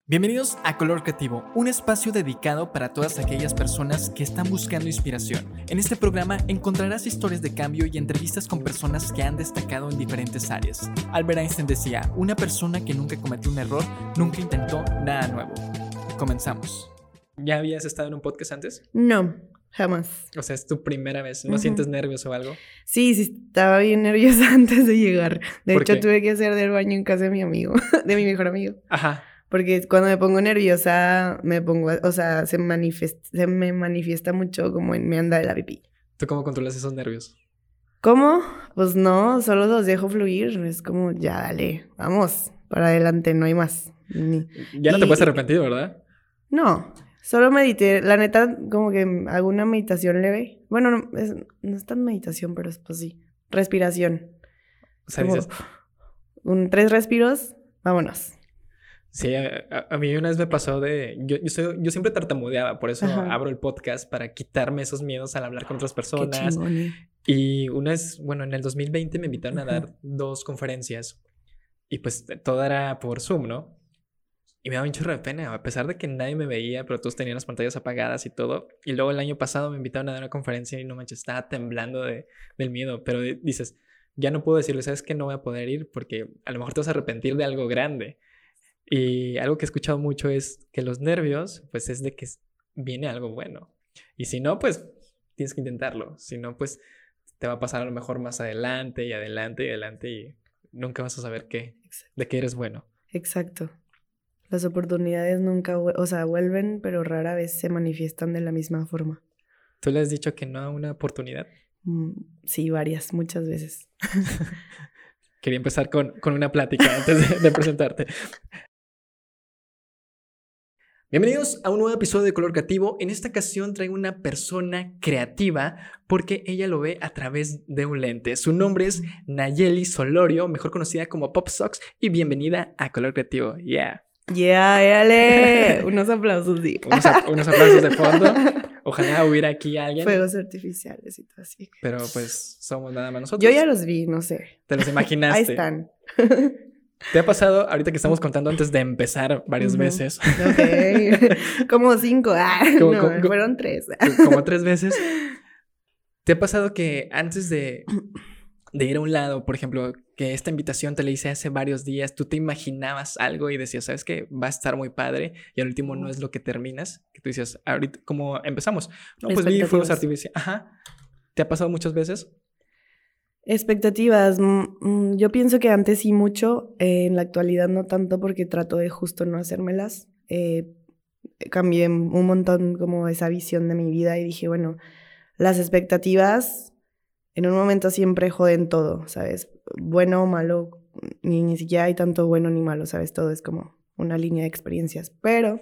Bienvenidos a Color Creativo, un espacio dedicado para todas aquellas personas que están buscando inspiración. En este programa encontrarás historias de cambio y entrevistas con personas que han destacado en diferentes áreas. Albert Einstein decía, una persona que nunca cometió un error, nunca intentó nada nuevo. Comenzamos. ¿Ya habías estado en un podcast antes? No, jamás. O sea, es tu primera vez, ¿no sientes nervios o algo? Sí, estaba bien nerviosa antes de llegar. De ¿Por hecho, qué? tuve que hacer del baño en casa de mi amigo, de mi mejor amigo. Ajá. Porque cuando me pongo nerviosa, se me manifiesta mucho como me anda de la pipí. ¿Tú cómo controlas esos nervios? ¿Cómo? Pues no, solo los dejo fluir. Es como, ya, dale, vamos, para adelante, no hay más. Ya no te puedes arrepentir, ¿verdad? No, solo medité. La neta, como que hago una meditación leve. Bueno, no es tan meditación, pero pues sí. Respiración. O sea, Como, dices... 3 respiros, vámonos. Sí, a mí una vez me pasó yo siempre tartamudeaba, por eso Ajá. abro el podcast para quitarme esos miedos al hablar con otras Qué personas. chingón. Y una vez, bueno, en el 2020 me invitaron a dar 2 conferencias y pues todo era por Zoom, ¿no? Y me daba un chorro de pena, a pesar de que nadie me veía, pero todos tenían las pantallas apagadas y todo. Y luego el año pasado me invitaron a dar una conferencia y no manches, estaba temblando del miedo, pero dices, ya no puedo decirle, ¿sabes qué? No voy a poder ir porque a lo mejor te vas a arrepentir de algo grande. Y algo que he escuchado mucho es que los nervios, pues es de que viene algo bueno. Y si no, pues tienes que intentarlo. Si no, pues te va a pasar a lo mejor más adelante y adelante y adelante y nunca vas a saber de qué eres bueno. Exacto. Las oportunidades nunca, vuelven, pero rara vez se manifiestan de la misma forma. ¿Tú le has dicho que no a una oportunidad? Sí, muchas veces. Quería empezar con una plática antes de presentarte. Bienvenidos a un nuevo episodio de Color Creativo. En esta ocasión traigo una persona creativa porque ella lo ve a través de un lente. Su nombre es Nayeli Solorio, mejor conocida como Pop Socks, y bienvenida a Color Creativo. Yeah. ¡Dale! Unos aplausos, sí. Unos aplausos de fondo. Ojalá hubiera aquí alguien. Fuegos artificiales y todo así. Pero pues somos nada más nosotros. Yo ya los vi, no sé. Te los imaginaste. Ahí están. ¿Te ha pasado, ahorita que estamos contando antes de empezar varias veces? Ok. Como 5. Fueron 3. Como 3 veces. ¿Te ha pasado que antes de ir a un lado, por ejemplo, que esta invitación te la hice hace varios días, tú te imaginabas algo y decías, ¿sabes qué? Va a estar muy padre y al último no es lo que terminas? Que tú dices, ahorita, ¿cómo empezamos? No, pues vi fuegos artificiales. Ajá. ¿Te ha pasado muchas veces? Expectativas. Yo pienso que antes sí mucho, en la actualidad no tanto porque trato de justo no hacérmelas. Cambié un montón como esa visión de mi vida y dije, bueno, las expectativas en un momento siempre joden todo, ¿sabes? Bueno o malo, ni siquiera hay tanto bueno ni malo, ¿sabes? Todo es como una línea de experiencias. Pero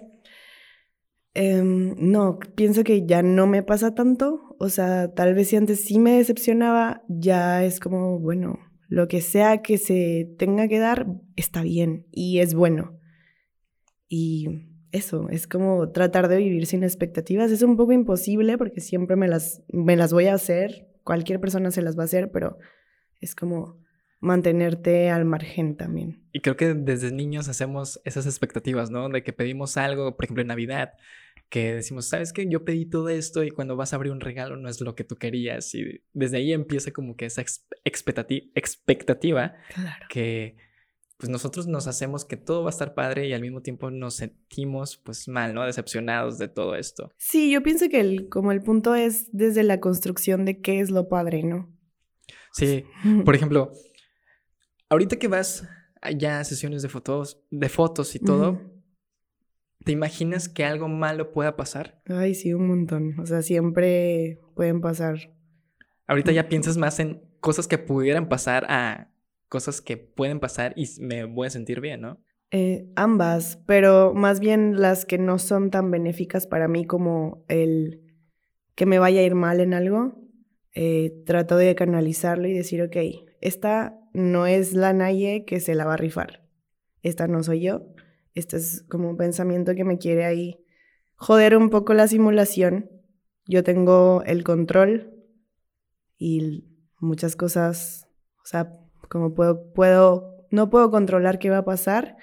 no, pienso que ya no me pasa tanto. O sea, tal vez si antes sí me decepcionaba, ya es como, bueno, lo que sea que se tenga que dar, está bien y es bueno. Y eso, es como tratar de vivir sin expectativas. Es un poco imposible porque siempre me las voy a hacer. Cualquier persona se las va a hacer, pero es como mantenerte al margen también. Y creo que desde niños hacemos esas expectativas, ¿no? De que pedimos algo, por ejemplo, en Navidad, que decimos, ¿sabes qué? Yo pedí todo esto y cuando vas a abrir un regalo no es lo que tú querías. Y desde ahí empieza como que esa expectativa Claro. que pues nosotros nos hacemos que todo va a estar padre y al mismo tiempo nos sentimos pues mal, ¿no? Decepcionados de todo esto. Sí, yo pienso que el punto es desde la construcción de qué es lo padre, ¿no? Sí, por ejemplo, ahorita que vas allá a sesiones de fotos y todo, ¿te imaginas que algo malo pueda pasar? Ay, sí, un montón. O sea, siempre pueden pasar. Ahorita ya piensas más en cosas que pudieran pasar a cosas que pueden pasar y me voy a sentir bien, ¿no? Ambas, pero más bien las que no son tan benéficas para mí como el que me vaya a ir mal en algo. Trato de canalizarlo y decir, ok, esta no es la Naye que se la va a rifar. Esta no soy yo. Este es como un pensamiento que me quiere ahí joder un poco la simulación. Yo tengo el control y muchas cosas, o sea, como no puedo controlar qué va a pasar,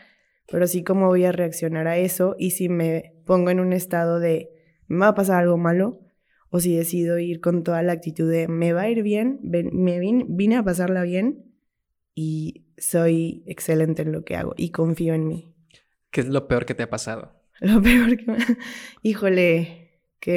pero sí cómo voy a reaccionar a eso y si me pongo en un estado de me va a pasar algo malo o si decido ir con toda la actitud de me va a ir bien, vine a pasarla bien y soy excelente en lo que hago y confío en mí. ¿Qué es lo peor que te ha pasado? Lo peor que híjole,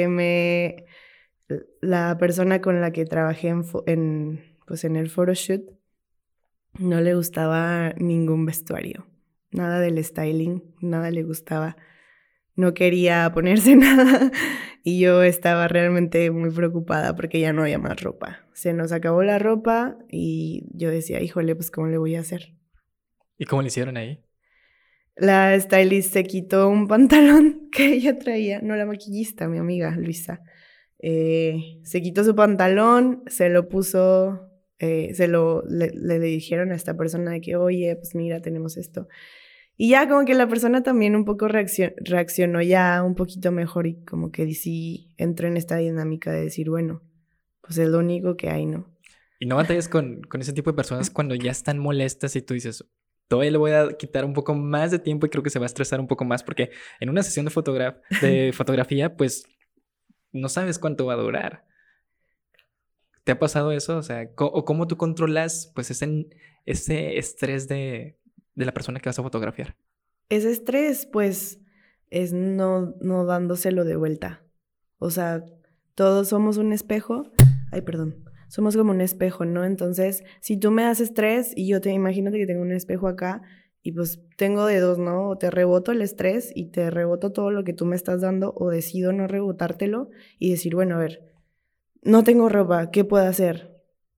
la persona con la que trabajé pues en el photoshoot no le gustaba ningún vestuario, nada del styling, nada le gustaba, no quería ponerse nada y yo estaba realmente muy preocupada porque ya no había más ropa. Se nos acabó la ropa y yo decía, híjole, pues ¿cómo le voy a hacer? ¿Y cómo le hicieron ahí? La stylist se quitó un pantalón que ella traía, no la maquillista, mi amiga Luisa. Se quitó su pantalón, se lo puso, le dijeron a esta persona de que, oye, pues mira, tenemos esto. Y ya como que la persona también un poco reaccionó ya un poquito mejor y como que sí entró en esta dinámica de decir, bueno, pues es lo único que hay, ¿no? ¿Y no batallas con ese tipo de personas cuando ya están molestas y tú dices, todavía le voy a quitar un poco más de tiempo y creo que se va a estresar un poco más porque en una sesión de fotografía, pues no sabes cuánto va a durar? ¿Te ha pasado eso? O sea, ¿o cómo tú controlas pues ese estrés de la persona que vas a fotografiar? Ese estrés, pues, es no dándoselo de vuelta. O sea, todos somos un espejo. Ay, perdón. Somos como un espejo, ¿no? Entonces, si tú me das estrés y imagínate que tengo un espejo acá y pues tengo de dos, ¿no? O te reboto el estrés y te reboto todo lo que tú me estás dando o decido no rebotártelo y decir, bueno, a ver, no tengo ropa, ¿qué puedo hacer?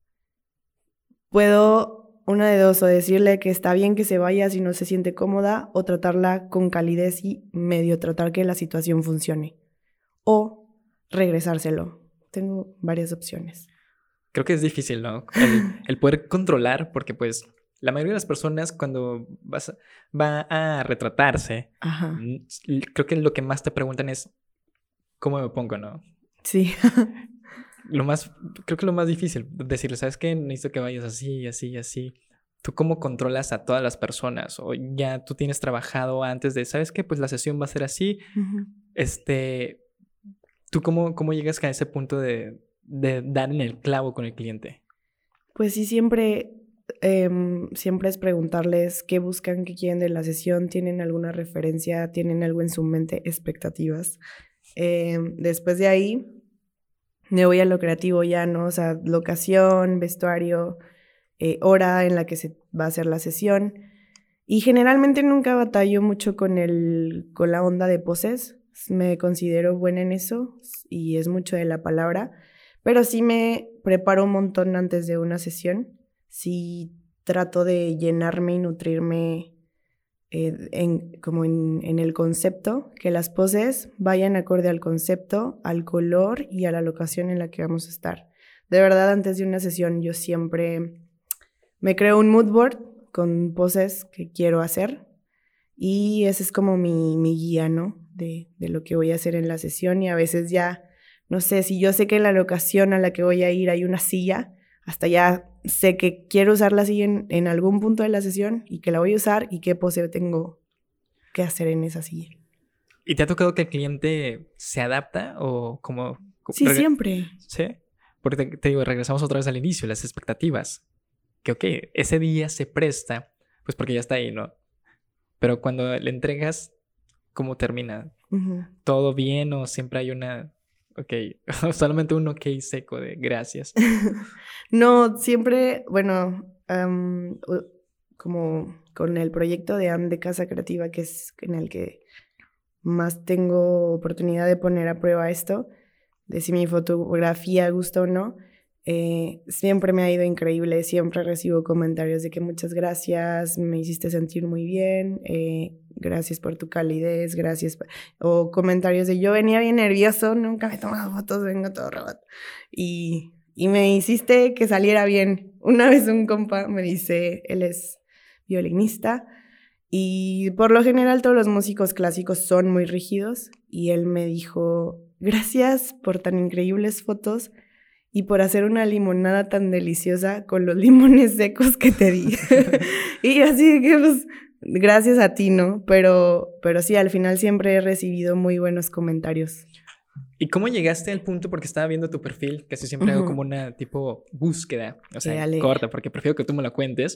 Puedo, una de dos, o decirle que está bien que se vaya si no se siente cómoda o tratarla con calidez y medio tratar que la situación funcione. O regresárselo. Tengo varias opciones. Creo que es difícil, ¿no? El poder controlar, porque pues la mayoría de las personas cuando va a retratarse, Ajá. creo que lo que más te preguntan es ¿cómo me pongo, no? Sí. Creo que lo más difícil, decirle, ¿sabes qué? Necesito que vayas así, así, así. ¿Tú cómo controlas a todas las personas? O ya tú tienes trabajado antes de, ¿sabes qué? Pues la sesión va a ser así. Uh-huh. ¿Tú cómo llegas a ese punto de dar en el clavo con el cliente? Pues sí, siempre es preguntarles qué buscan, qué quieren de la sesión, tienen alguna referencia, tienen algo en su mente, expectativas. Después de ahí me voy a lo creativo ya, ¿no? O sea, locación, vestuario, hora en la que se va a hacer la sesión. Y generalmente nunca batallo mucho con la onda de poses. Me considero buena en eso y es mucho de la palabra. Pero sí me preparo un montón antes de una sesión. Sí trato de llenarme y nutrirme como en el concepto, que las poses vayan acorde al concepto, al color y a la locación en la que vamos a estar. De verdad, antes de una sesión yo siempre me creo un mood board con poses que quiero hacer y ese es como mi guía, ¿no? De lo que voy a hacer en la sesión y a veces ya, no sé, si yo sé que en la locación a la que voy a ir hay una silla, hasta ya sé que quiero usar la silla en algún punto de la sesión y que la voy a usar y qué pose tengo que hacer en esa silla. ¿Y te ha tocado que el cliente se adapta o como... Sí, siempre. Sí, porque te digo, regresamos otra vez al inicio, las expectativas. Que ok, ese día se presta, pues porque ya está ahí, ¿no? Pero cuando le entregas, ¿cómo termina? Uh-huh. ¿Todo bien o siempre hay una... Ok, solamente un ok seco de gracias? No, siempre, bueno, como con el proyecto de Anne de Casa Creativa, que es en el que más tengo oportunidad de poner a prueba esto, de si mi fotografía gusta o no, siempre me ha ido increíble, siempre recibo comentarios de que muchas gracias, me hiciste sentir muy bien, gracias por tu calidez, gracias, o comentarios de yo venía bien nervioso, nunca me he tomado fotos, vengo todo robot, y me hiciste que saliera bien. Una vez un compa me dice, él es violinista, y por lo general todos los músicos clásicos son muy rígidos, y él me dijo, gracias por tan increíbles fotos, y por hacer una limonada tan deliciosa con los limones secos que te di. Y así que, pues, Gracias a ti, ¿no? Pero sí, al final siempre he recibido muy buenos comentarios. ¿Y cómo llegaste al punto? Porque estaba viendo tu perfil, casi siempre hago como una tipo búsqueda, o sea, corta, porque prefiero que tú me la cuentes,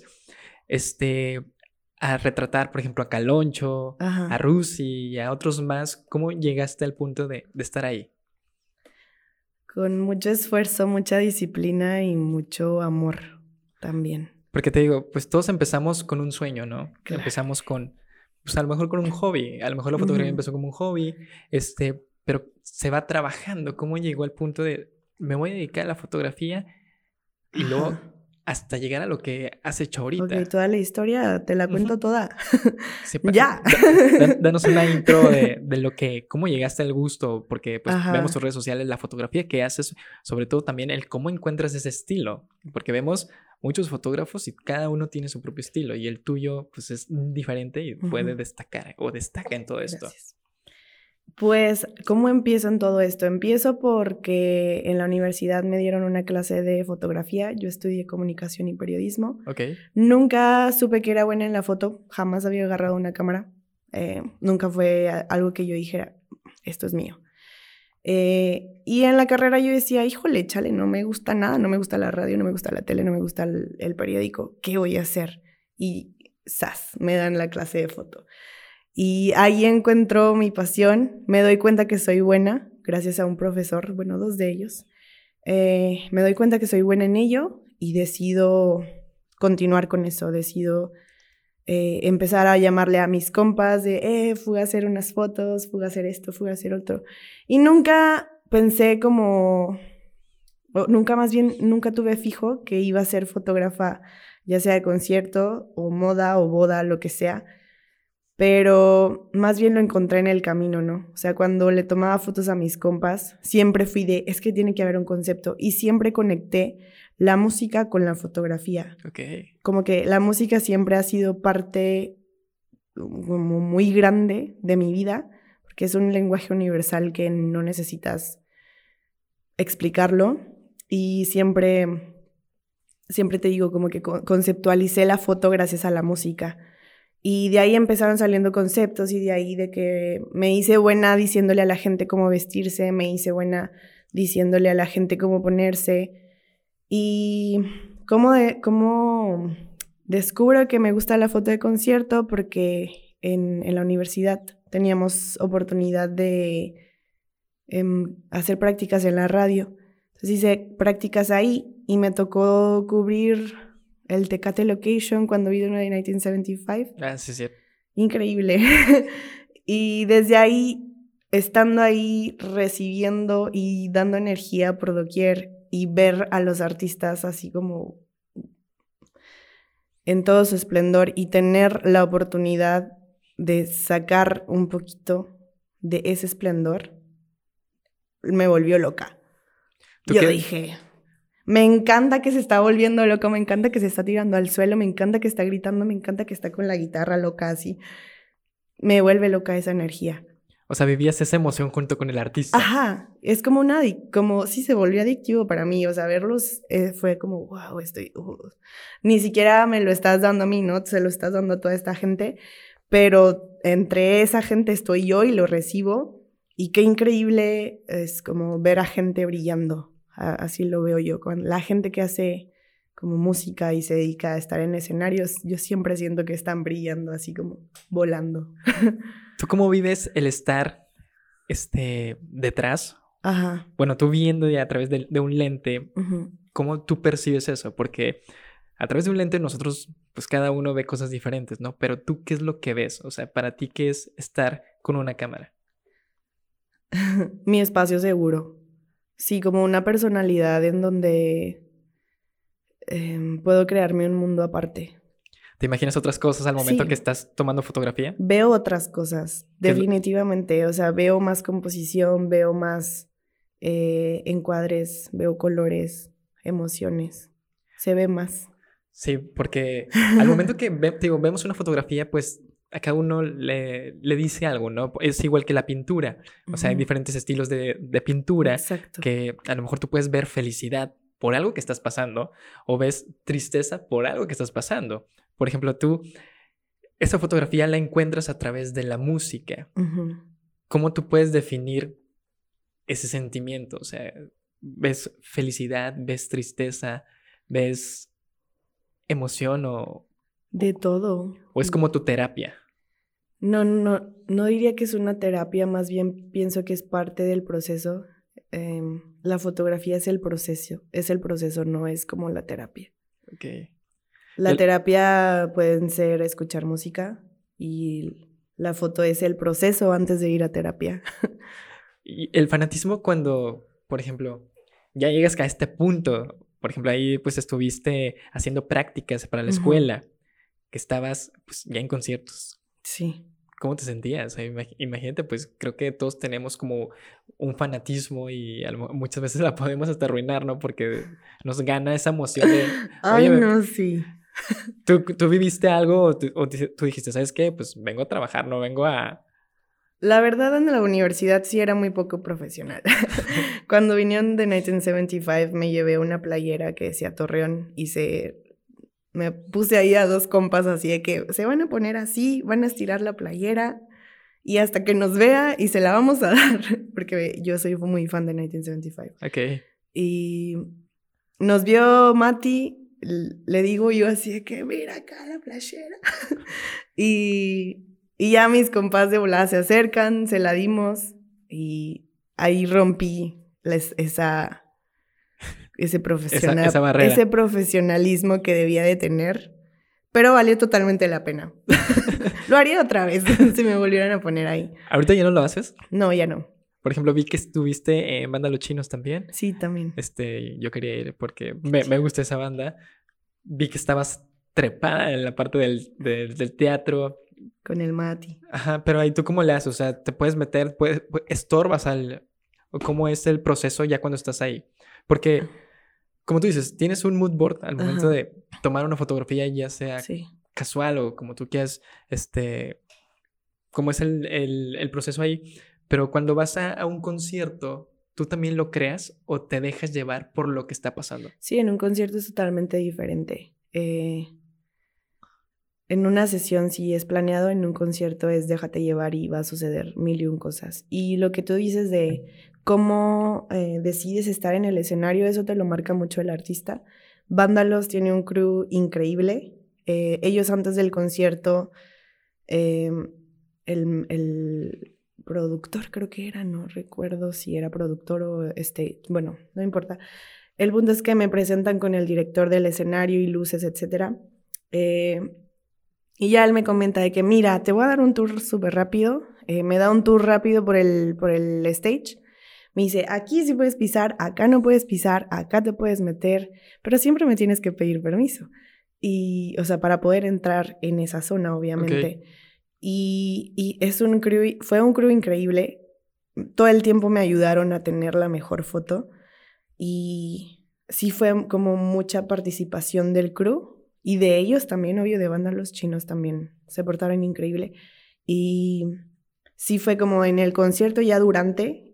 a retratar, por ejemplo, a Caloncho, a Rusi y a otros más. ¿Cómo llegaste al punto de estar ahí? Con mucho esfuerzo, mucha disciplina y mucho amor también. Porque te digo, pues todos empezamos con un sueño, ¿no? Claro. Empezamos con, pues a lo mejor con un hobby, a lo mejor la fotografía empezó como un hobby, pero se va trabajando. ¿Cómo llegó al punto de, me voy a dedicar a la fotografía y luego hasta llegar a lo que has hecho ahorita? Ok, toda la historia te la cuento toda. Sí, ¡Ya! Danos una intro de lo que, cómo llegaste al gusto, porque pues vemos tus redes sociales, la fotografía que haces, sobre todo también el cómo encuentras ese estilo, porque vemos muchos fotógrafos y cada uno tiene su propio estilo y el tuyo pues es diferente y puede destacar o destaca en todo esto. Gracias. Pues, ¿cómo empiezo en todo esto? Empiezo porque en la universidad me dieron una clase de fotografía. Yo estudié comunicación y periodismo. Okay. Nunca supe que era buena en la foto. Jamás había agarrado una cámara. Nunca fue algo que yo dijera, esto es mío. Y en la carrera yo decía, híjole, chale, no me gusta nada. No me gusta la radio, no me gusta la tele, no me gusta el periódico. ¿Qué voy a hacer? Y ¡zas! Me dan la clase de foto. Y ahí encuentro mi pasión, me doy cuenta que soy buena, gracias a un profesor, bueno, 2 de ellos. Me doy cuenta que soy buena en ello y decido continuar con eso, decido empezar a llamarle a mis compas de, fui a hacer unas fotos, fui a hacer esto, fui a hacer otro. Y nunca pensé como, nunca tuve fijo que iba a ser fotógrafa, ya sea de concierto o moda o boda, lo que sea. Pero más bien lo encontré en el camino, ¿no? O sea, cuando le tomaba fotos a mis compas, siempre fui de, es que tiene que haber un concepto. Y siempre conecté la música con la fotografía. Okay. Como que la música siempre ha sido parte como muy grande de mi vida, porque es un lenguaje universal que no necesitas explicarlo. Y siempre te digo, como que conceptualicé la foto gracias a la música. Y de ahí empezaron saliendo conceptos y de ahí de que me hice buena diciéndole a la gente cómo vestirse, me hice buena diciéndole a la gente cómo ponerse. Y cómo descubro que me gusta la foto de concierto porque en la universidad teníamos oportunidad de hacer prácticas en la radio. Entonces hice prácticas ahí y me tocó cubrir el Tecate Location cuando vino de 1975. Ah, sí, sí. Increíble. Y desde ahí, estando ahí, recibiendo y dando energía por doquier y ver a los artistas así como en todo su esplendor y tener la oportunidad de sacar un poquito de ese esplendor, me volvió loca. Yo dije, me encanta que se está volviendo loca, me encanta que se está tirando al suelo, me encanta que está gritando, me encanta que está con la guitarra loca así. Me vuelve loca esa energía. O sea, vivías esa emoción junto con el artista. Ajá, es como sí se volvió adictivo para mí, o sea, verlos fue como, wow, ni siquiera me lo estás dando a mí, ¿no? Se lo estás dando a toda esta gente, pero entre esa gente estoy yo y lo recibo, y qué increíble es como ver a gente brillando, así lo veo yo, con la gente que hace como música y se dedica a estar en escenarios, yo siempre siento que están brillando, así como volando. ¿Tú cómo vives el estar detrás? Ajá. Bueno, tú viendo a través de un lente, ¿cómo tú percibes eso? Porque a través de un lente nosotros, pues cada uno ve cosas diferentes, ¿no? Pero tú, ¿qué es lo que ves? O sea, para ti, ¿qué es estar con una cámara? Mi espacio seguro. Sí, como una personalidad en donde puedo crearme un mundo aparte. ¿Te imaginas otras cosas al momento que estás tomando fotografía? Veo otras cosas, definitivamente. O sea, veo más composición, veo más encuadres, veo colores, emociones. Se ve más. Sí, porque al momento que vemos una fotografía, pues a cada uno le dice algo, ¿no? Es igual que la pintura. O sea, hay diferentes estilos de pintura. Exacto. Que a lo mejor tú puedes ver felicidad por algo que estás pasando o ves tristeza por algo que estás pasando. Por ejemplo, tú esa fotografía la encuentras a través de la música. Ujú. ¿Cómo tú puedes definir ese sentimiento? O sea, ¿ves felicidad, ves tristeza, ves emoción De todo. o es como tu terapia? No diría que es una terapia, más bien pienso que es parte del proceso. La fotografía es el proceso, no es como la terapia. Okay. La terapia pueden ser escuchar música y la foto es el proceso antes de ir a terapia. Y el fanatismo cuando, por ejemplo, ya llegas a este punto, por ejemplo, ahí pues estuviste haciendo prácticas para la escuela, que estabas pues ya en conciertos. Sí. ¿Cómo te sentías? O sea, imagínate, pues creo que todos tenemos como un fanatismo y muchas veces la podemos hasta arruinar, ¿no? Porque nos gana esa emoción de, Ay, oye, no, sí. ¿tú viviste algo tú dijiste, ¿sabes qué? Pues vengo a trabajar, no vengo a... La verdad, en la universidad sí era muy poco profesional. Cuando vinieron de 1975 me llevé una playera que decía Torreón y me puse ahí a dos compas así de que se van a poner así, van a estirar la playera y hasta que nos vea y se la vamos a dar, porque yo soy muy fan de 1975. Ok. Y nos vio Mati, le digo yo así de que mira acá la playera. Y ya mis compas de volada se acercan, se la dimos y ahí rompí Esa barrera. ese profesionalismo que debía de tener, pero valió totalmente la pena. Lo haría otra vez si me volvieran a poner ahí. ¿Ahorita ya no lo haces? No, ya no. Por ejemplo, vi que estuviste en Banda Los Chinos también. Sí, también. Yo quería ir porque me gusta esa banda. Vi que estabas trepada en la parte del teatro. Con el Mati. Ajá, pero ahí tú cómo le haces, o sea, te puedes meter, estorbas o cómo es el proceso ya cuando estás ahí. Porque, como tú dices, tienes un mood board al momento de tomar una fotografía, ya sea casual o como tú quieras, cómo es el proceso ahí. Pero cuando vas a un concierto, ¿tú también lo creas o te dejas llevar por lo que está pasando? Sí, en un concierto es totalmente diferente. En una sesión sí es planeado, en un concierto es déjate llevar y va a suceder mil y un cosas. Y lo que tú dices de cómo decides estar en el escenario, eso te lo marca mucho el artista. Vándalos tiene un crew increíble. Ellos antes del concierto, el productor creo que era, no recuerdo si era productor o bueno, no importa. El punto es que me presentan con el director del escenario y luces, etc. Y ya él me comenta de que, mira, te voy a dar un tour súper rápido. Me da un tour rápido por el stage. Me dice, aquí sí puedes pisar, acá no puedes pisar, acá te puedes meter, pero siempre me tienes que pedir permiso. Y, o sea, para poder entrar en esa zona, obviamente. Okay. Y fue un crew increíble. Todo el tiempo me ayudaron a tener la mejor foto. Y sí fue como mucha participación del crew. Y de ellos también, obvio, de Banda Los Chinos también se portaron increíble. Y sí fue como en el concierto ya durante,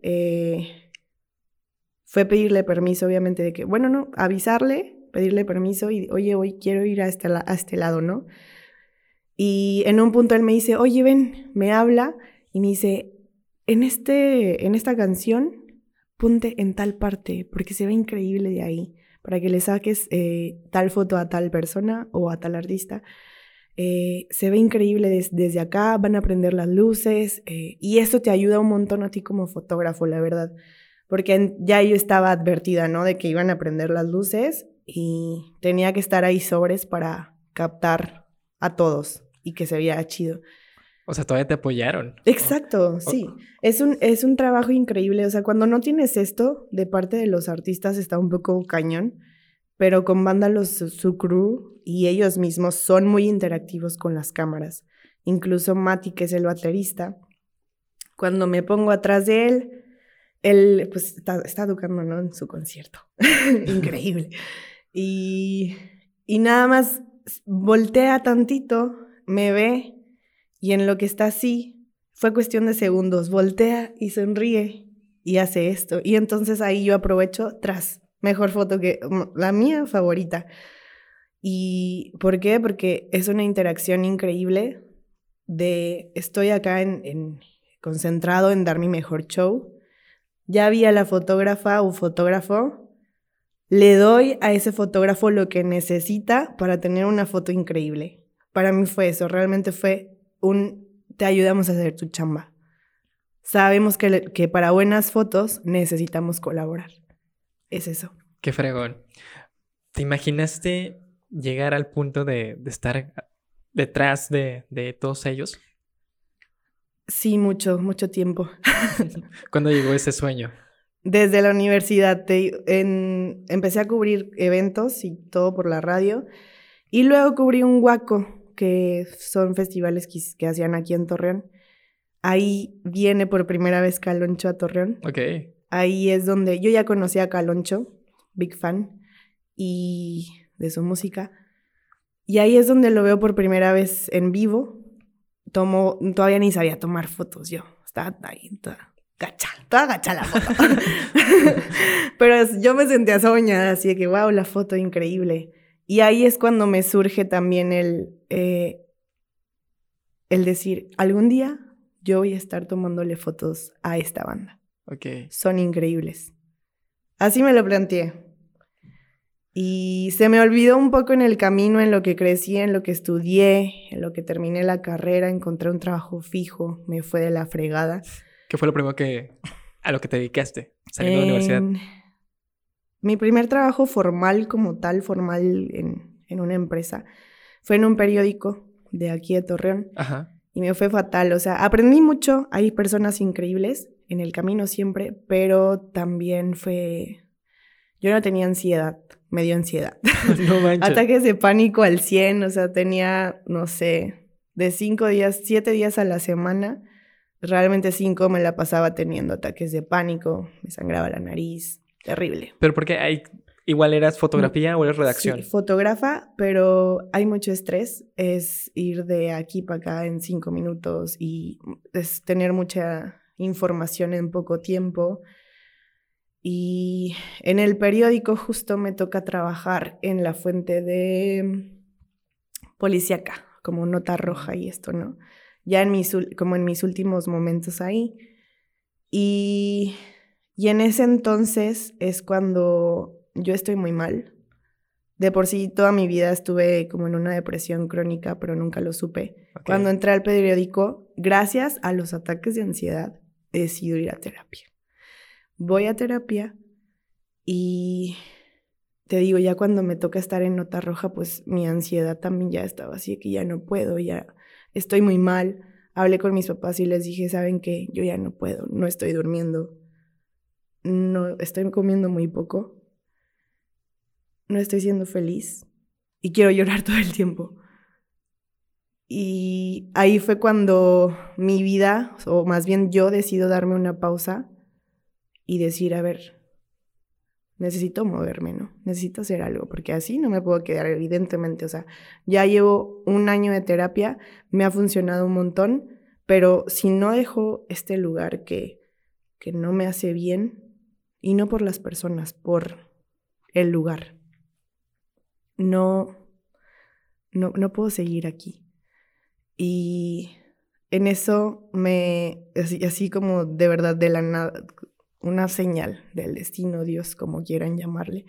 fue pedirle permiso, obviamente, de que, bueno, no, avisarle, pedirle permiso y, oye, hoy quiero ir a este lado, ¿no? Y en un punto él me dice, oye, ven, me habla y me dice, en esta canción, ponte en tal parte, porque se ve increíble de ahí, para que le saques tal foto a tal persona o a tal artista. Se ve increíble desde acá, van a prender las luces y eso te ayuda un montón a ti como fotógrafo, la verdad, porque ya yo estaba advertida, ¿no? De que iban a prender las luces y tenía que estar ahí sobres para captar a todos y que se viera chido. O sea, todavía te apoyaron. Exacto, sí. Es un trabajo increíble. O sea, cuando no tienes esto, de parte de los artistas está un poco cañón, pero con Vándalos, su crew y ellos mismos son muy interactivos con las cámaras. Incluso Mati, que es el baterista, cuando me pongo atrás de él pues está tocando, ¿no? En su concierto. Increíble. Y nada más voltea tantito, me ve y en lo que está así, fue cuestión de segundos, voltea y sonríe y hace esto. Y entonces ahí yo aprovecho, mejor foto que la mía favorita. ¿Y por qué? Porque es una interacción increíble. estoy acá concentrado en dar mi mejor show. Ya vi a la fotógrafa o fotógrafo, le doy a ese fotógrafo lo que necesita para tener una foto increíble. Para mí fue eso, realmente fue te ayudamos a hacer tu chamba. Sabemos que para buenas fotos necesitamos colaborar. Es eso. Qué fregón. ¿Te imaginaste llegar al punto de estar detrás de todos ellos? Sí, mucho tiempo. ¿Cuándo llegó ese sueño? Desde la universidad empecé a cubrir eventos y todo por la radio. Y luego cubrí un huaco, que son festivales que hacían aquí en Torreón. Ahí viene por primera vez Caloncho a Torreón. Ok. Ahí es donde yo ya conocía a Caloncho, big fan, y de su música. Y ahí es donde lo veo por primera vez en vivo. Todavía ni sabía tomar fotos yo. Estaba ahí toda gacha la foto. Pero yo me sentía soñada, así de que wow, la foto increíble. Y ahí es cuando me surge también el decir, algún día yo voy a estar tomándole fotos a esta banda. Okay. Son increíbles. Así me lo planteé. Y se me olvidó un poco en el camino, en lo que crecí, en lo que estudié, en lo que terminé la carrera, encontré un trabajo fijo, me fue de la fregada. ¿Qué fue lo primero a lo que te dedicaste saliendo de la universidad? Mi primer trabajo formal como tal, formal en una empresa, fue en un periódico de aquí de Torreón. Ajá. Y me fue fatal, o sea, aprendí mucho, hay personas increíbles en el camino siempre, pero también yo no tenía ansiedad, me dio ansiedad. No manches. Ataques de pánico al 100, o sea, tenía, no sé, de 7 días a la semana, realmente 5 me la pasaba teniendo ataques de pánico, me sangraba la nariz, terrible. ¿Pero por qué? ¿Igual eras fotografía o eras redacción? Sí, fotógrafa, pero hay mucho estrés, es ir de aquí para acá en 5 minutos y es tener mucha información en poco tiempo. Y en el periódico justo me toca trabajar en la fuente de policíaca, como nota roja y esto, ¿no? Ya como en mis últimos momentos ahí. Y en ese entonces es cuando yo estoy muy mal. De por sí toda mi vida estuve como en una depresión crónica, pero nunca lo supe. Okay. Cuando entré al periódico, gracias a los ataques de ansiedad, he decidido ir a terapia. Voy a terapia y te digo, ya cuando me toca estar en nota roja, pues mi ansiedad también ya estaba así, que ya no puedo, ya estoy muy mal. Hablé con mis papás y les dije, ¿saben qué? Yo ya no puedo, no estoy durmiendo, no estoy comiendo muy poco, no estoy siendo feliz y quiero llorar todo el tiempo. Y ahí fue cuando mi vida, o más bien yo, decido darme una pausa y decir, a ver, necesito moverme, ¿no? Necesito hacer algo, porque así no me puedo quedar, evidentemente. O sea, ya llevo 1 año de terapia, me ha funcionado un montón, pero si no dejo este lugar que no me hace bien, y no por las personas, por el lugar, no puedo seguir aquí. Y en eso así como de verdad de la nada, una señal del destino, Dios, como quieran llamarle.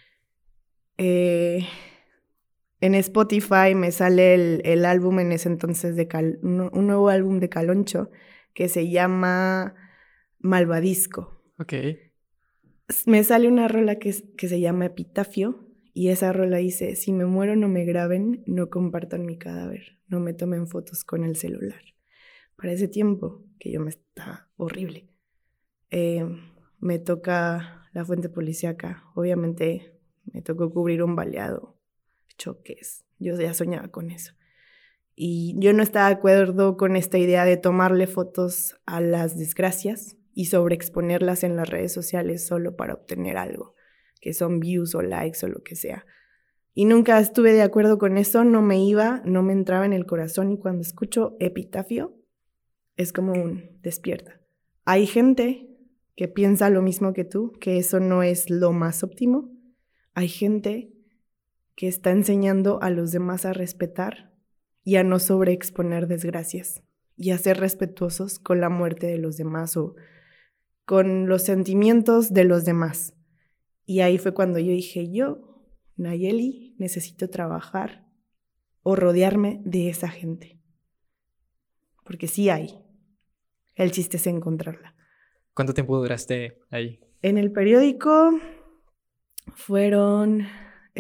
En Spotify me sale el álbum en ese entonces un nuevo álbum de Caloncho que se llama Malvadisco. Ok. Me sale una rola que se llama Epitafio y esa rola dice, si me muero no me graben, no compartan mi cadáver, no me tomen fotos con el celular. Para ese tiempo que yo me estaba horrible. Me toca la fuente policíaca, obviamente me tocó cubrir un baleado, choques, yo ya soñaba con eso. Y yo no estaba de acuerdo con esta idea de tomarle fotos a las desgracias y sobreexponerlas en las redes sociales solo para obtener algo, que son views o likes o lo que sea. Y nunca estuve de acuerdo con eso, no me entraba en el corazón y cuando escucho Epitafio es como un despierta. Hay gente que piensa lo mismo que tú, que eso no es lo más óptimo. Hay gente que está enseñando a los demás a respetar y a no sobreexponer desgracias y a ser respetuosos con la muerte de los demás o con los sentimientos de los demás. Y ahí fue cuando yo dije, yo, Nayeli, necesito trabajar o rodearme de esa gente. Porque sí hay. El chiste es encontrarla. ¿Cuánto tiempo duraste ahí? En el periódico fueron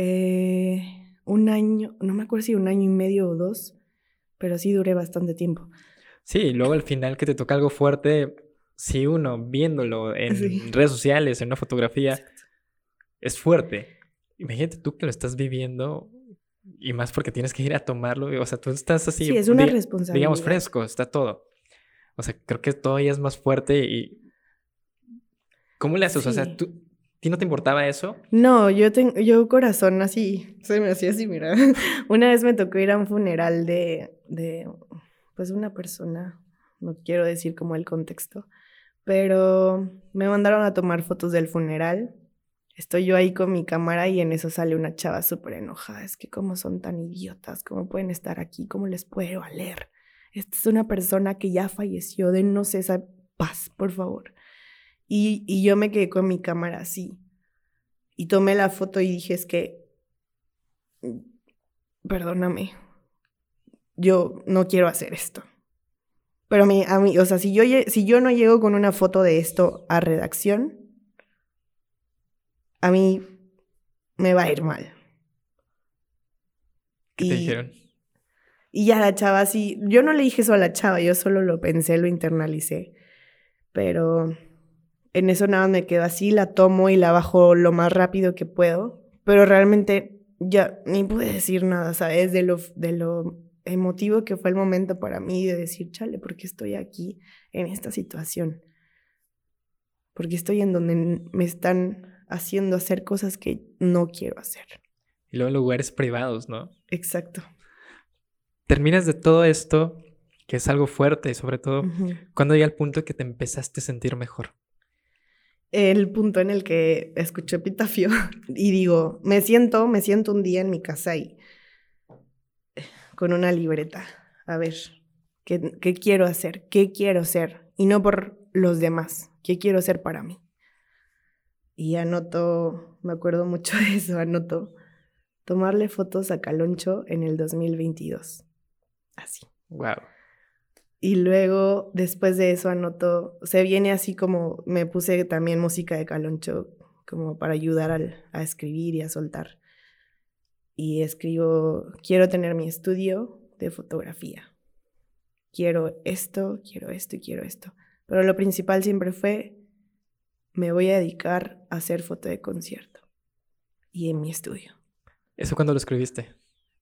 1 año, no me acuerdo si 1 año y medio o 2, pero sí duré bastante tiempo. Sí, y luego al final que te toca algo fuerte, si uno viéndolo en Sí. redes sociales, en una fotografía, Exacto. es fuerte. Imagínate tú que lo estás viviendo y más porque tienes que ir a tomarlo. O sea, tú estás así, Sí, es una digamos, responsabilidad. fresco, está todo. O sea, creo que todavía es más fuerte y... ¿Cómo le haces? O sea, Sí. ¿ti no te importaba eso? No, yo corazón así, se me hacía así, mira. Una vez me tocó ir a un funeral de pues una persona, no quiero decir como el contexto, pero me mandaron a tomar fotos del funeral. Estoy yo ahí con mi cámara y en eso sale una chava súper enojada. Es que cómo son tan idiotas, cómo pueden estar aquí, cómo les puede valer. Esta es una persona que ya falleció, denos esa paz, por favor. Y yo me quedé con mi cámara así. Y tomé la foto y dije, es que, perdóname, yo no quiero hacer esto. Pero a mí, o sea, si yo no llego con una foto de esto a redacción, a mí me va a ir mal. ¿Qué te dijeron? Y ya la chava sí, yo no le dije eso a la chava, yo solo lo pensé, lo internalicé. Pero en eso nada más me quedo así, la tomo y la bajo lo más rápido que puedo. Pero realmente ya ni pude decir nada, ¿sabes? De lo emotivo que fue el momento para mí de decir, chale, ¿por qué estoy aquí en esta situación? Porque estoy en donde me están haciendo hacer cosas que no quiero hacer. Y luego en lugares privados, ¿no? Exacto. Terminas de todo esto, que es algo fuerte y sobre todo, Uh-huh. ¿cuándo llega el punto que te empezaste a sentir mejor? El punto en el que escucho Epitafio y digo, me siento un día en mi casa y con una libreta, a ver, ¿qué quiero hacer? ¿Qué quiero ser? Y no por los demás, ¿qué quiero ser para mí? Y anoto, me acuerdo mucho de eso, anoto tomarle fotos a Caloncho en el 2022. Así. Wow. Y luego, después de eso, anoto, se viene así como, me puse también música de Caloncho como para ayudar a escribir y a soltar. Y escribo, quiero tener mi estudio de fotografía. Quiero esto y quiero esto. Pero lo principal siempre fue, me voy a dedicar a hacer foto de concierto. Y en mi estudio. ¿Eso cuándo lo escribiste?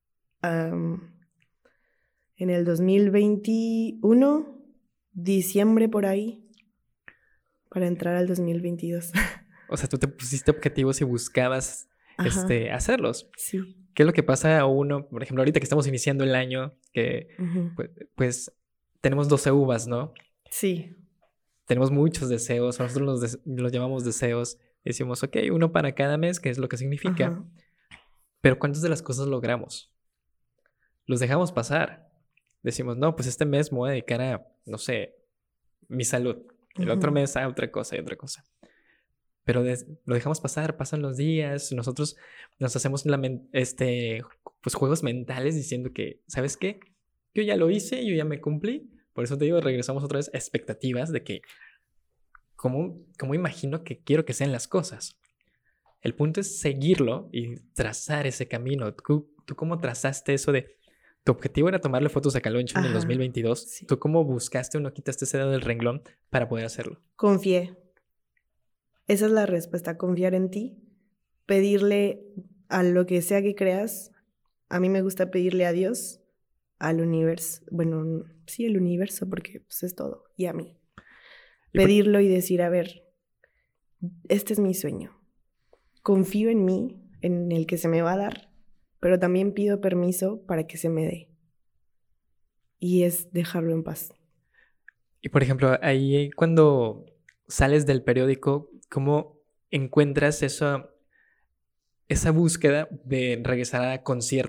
En el 2021, diciembre por ahí, para entrar al 2022. O sea, tú te pusiste objetivos y buscabas hacerlos. Sí. ¿Qué es lo que pasa a uno? Por ejemplo, ahorita que estamos iniciando el año, que Uh-huh. pues tenemos 12 uvas, ¿no? Sí. Tenemos muchos deseos, nosotros los llamamos deseos. Decimos, ok, uno para cada mes, que es lo que significa. Uh-huh. Pero ¿cuántas de las cosas logramos? Los dejamos pasar. Decimos, no, pues este mes me voy a dedicar a, no sé, mi salud. El otro mes a otra cosa y otra cosa. Pero lo dejamos pasar, pasan los días, nosotros nos hacemos pues juegos mentales diciendo que, ¿sabes qué? Yo ya lo hice, yo ya me cumplí. Por eso te digo, regresamos otra vez a expectativas de que, ¿cómo imagino que quiero que sean las cosas? El punto es seguirlo y trazar ese camino. ¿Tú cómo trazaste eso de... Tu objetivo era tomarle fotos a Caloncho en el 2022. Sí. ¿Tú cómo buscaste o no quitaste ese dedo del renglón para poder hacerlo? Confié. Esa es la respuesta, confiar en ti. Pedirle a lo que sea que creas. A mí me gusta pedirle a Dios, al universo. Bueno, sí, el universo, porque pues, es todo. Y a mí. Pedirlo y decir, a ver, este es mi sueño. Confío en mí, en el que se me va a dar, pero también pido permiso para que se me dé. Y es dejarlo en paz. Y por ejemplo, ahí cuando sales del periódico, ¿cómo encuentras esa búsqueda de regresar a conciertos?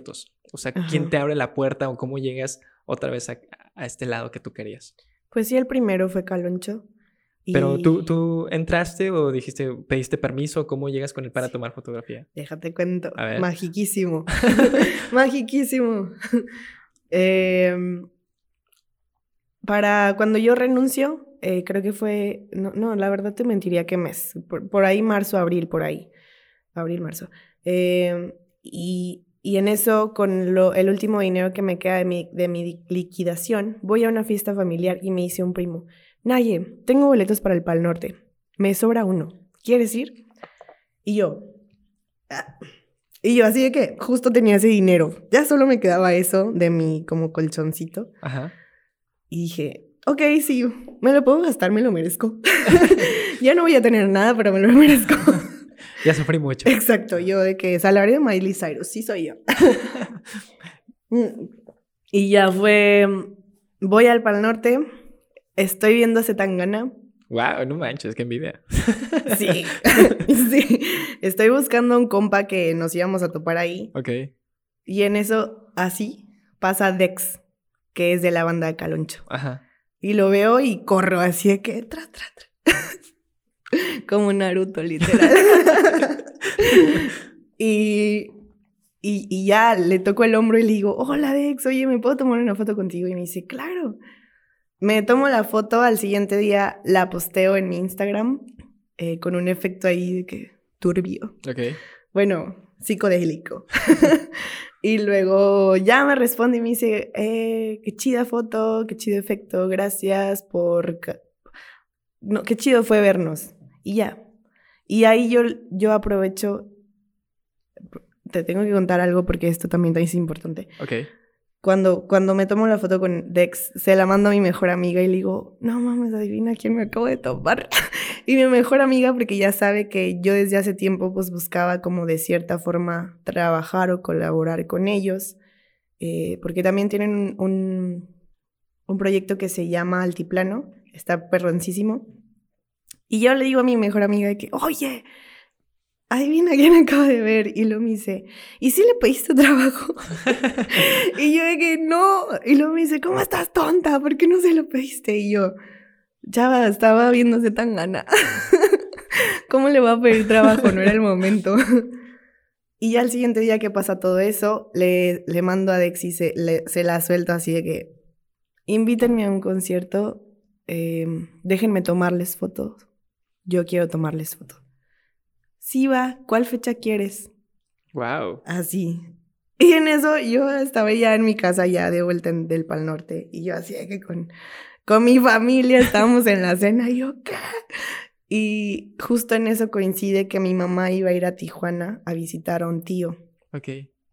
O sea, ¿quién Ajá. te abre la puerta o cómo llegas otra vez a este lado que tú querías? Pues sí, el primero fue Caloncho. Pero Y ¿tú entraste o dijiste, pediste permiso? ¿Cómo llegas con él para sí, tomar fotografía? déjate cuento. A ver. Magiquísimo. Magiquísimo. Em, para cuando yo renuncio, creo que fue, no, la verdad te mentiría qué mes, por ahí marzo, abril, por ahí, abril, marzo. Y en eso, con el último dinero que me queda de mi liquidación, voy a una fiesta familiar y me dice un primo, Naye, tengo boletos para el Pal Norte, me sobra uno, ¿quieres ir? Y yo, "Ah". Y yo así de que justo tenía ese dinero, ya solo me quedaba eso de mi como colchoncito. Ajá. Y dije, ok, sí, me lo puedo gastar, me lo merezco. Ya no voy a tener nada, pero me lo merezco. Ya sufrí mucho. Exacto, yo de que salario de Miley Cyrus, sí soy yo. Y ya fue, voy al Pal Norte, estoy viendo a Zetangana. Wow, no manches, qué envidia. Sí, sí, estoy buscando a un compa que nos íbamos a topar ahí. Ok. Y en eso, así, pasa Dex, que es de la banda de Caloncho. Ajá. Y lo veo y corro así de que, tra. Como Naruto, literal. y ya le toco el hombro y le digo, hola Dex, oye, ¿me puedo tomar una foto contigo? Y me dice, claro. Me tomo la foto, al siguiente día la posteo en mi Instagram con un efecto ahí de que turbio. Ok. Bueno, psicodélico. Y luego ya me responde y me dice, qué chida foto, qué chido efecto, gracias por... No, qué chido fue vernos. Y ya. Y ahí yo aprovecho, te tengo que contar algo porque esto también es importante. Ok. Cuando me tomo la foto con Dex, se la mando a mi mejor amiga y le digo, no mames, adivina quién me acabo de topar. Y mi mejor amiga, porque ya sabe que yo desde hace tiempo pues buscaba como de cierta forma trabajar o colaborar con ellos, porque también tienen un proyecto que se llama Altiplano, está perroncísimo. Y yo le digo a mi mejor amiga de que, oye, adivina quién acabo de ver. Y luego me dice, ¿y si le pediste trabajo? Y yo de que no. Y luego me dice, ¿cómo estás tonta? ¿Por qué no se lo pediste? Y yo, chava, estaba viéndose tan gana. ¿Cómo le voy a pedir trabajo? No era el momento. Y ya el siguiente día que pasa todo eso, le mando a Dex y se la suelto así de que, invítenme a un concierto, déjenme tomarles fotos. Yo quiero tomarles fotos. Sí, va, ¿cuál fecha quieres? Wow. Así. Y en eso yo estaba ya en mi casa, ya de vuelta del Pal Norte. Y yo así de que con mi familia estábamos en la cena. Y yo, ¿qué? Y justo en eso coincide que mi mamá iba a ir a Tijuana a visitar a un tío. Ok.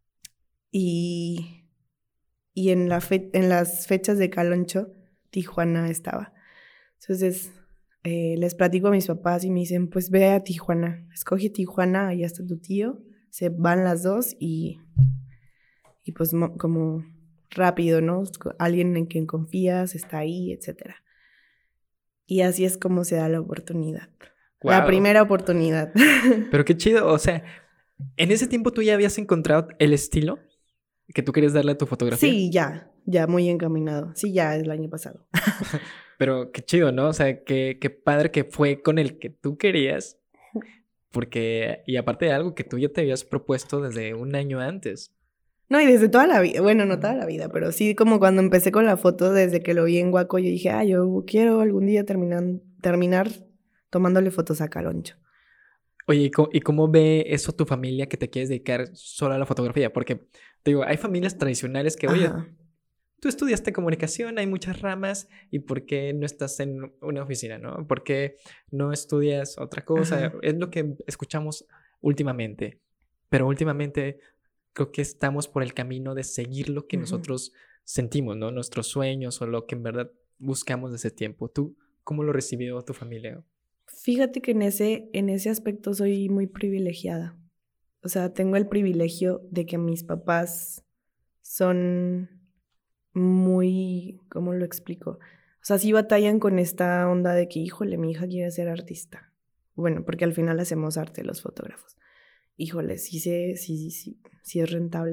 Y en las fechas de Caloncho, Tijuana estaba. Entonces les platico a mis papás y me dicen, pues ve a Tijuana, escoge Tijuana, ahí está tu tío. Se van las dos y pues como rápido, ¿no? Alguien en quien confías está ahí, etc. Y así es como se da la oportunidad. La Wow. primera oportunidad. Pero qué chido. O sea, ¿en ese tiempo tú ya habías encontrado el estilo que tú querías darle a tu fotografía? Sí, ya muy encaminado. Sí, ya el año pasado. Pero qué chido, ¿no? O sea, qué padre que fue con el que tú querías. Porque, y aparte de algo que tú ya te habías propuesto desde un año antes. No, y desde toda la vida, bueno, no toda la vida, pero sí como cuando empecé con la foto, desde que lo vi en Guaco, yo dije, yo quiero algún día terminar tomándole fotos a Caloncho. Oye, ¿y cómo ve eso tu familia que te quieres dedicar solo a la fotografía? Porque, te digo, hay familias tradicionales que, oye, Ajá. tú estudiaste comunicación, hay muchas ramas, ¿y por qué no estás en una oficina, no? ¿Por qué no estudias otra cosa? Ajá. Es lo que escuchamos últimamente. Pero últimamente creo que estamos por el camino de seguir lo que Ujú. nosotros sentimos, ¿no? Nuestros sueños o lo que en verdad buscamos desde ese tiempo. ¿Tú cómo lo recibió tu familia? Fíjate que en ese aspecto soy muy privilegiada. O sea, tengo el privilegio de que mis papás son muy, ¿cómo lo explico? O sea, sí batallan con esta onda de que, híjole, mi hija quiere ser artista. Bueno, porque al final hacemos arte los fotógrafos. Híjole, sí es rentable,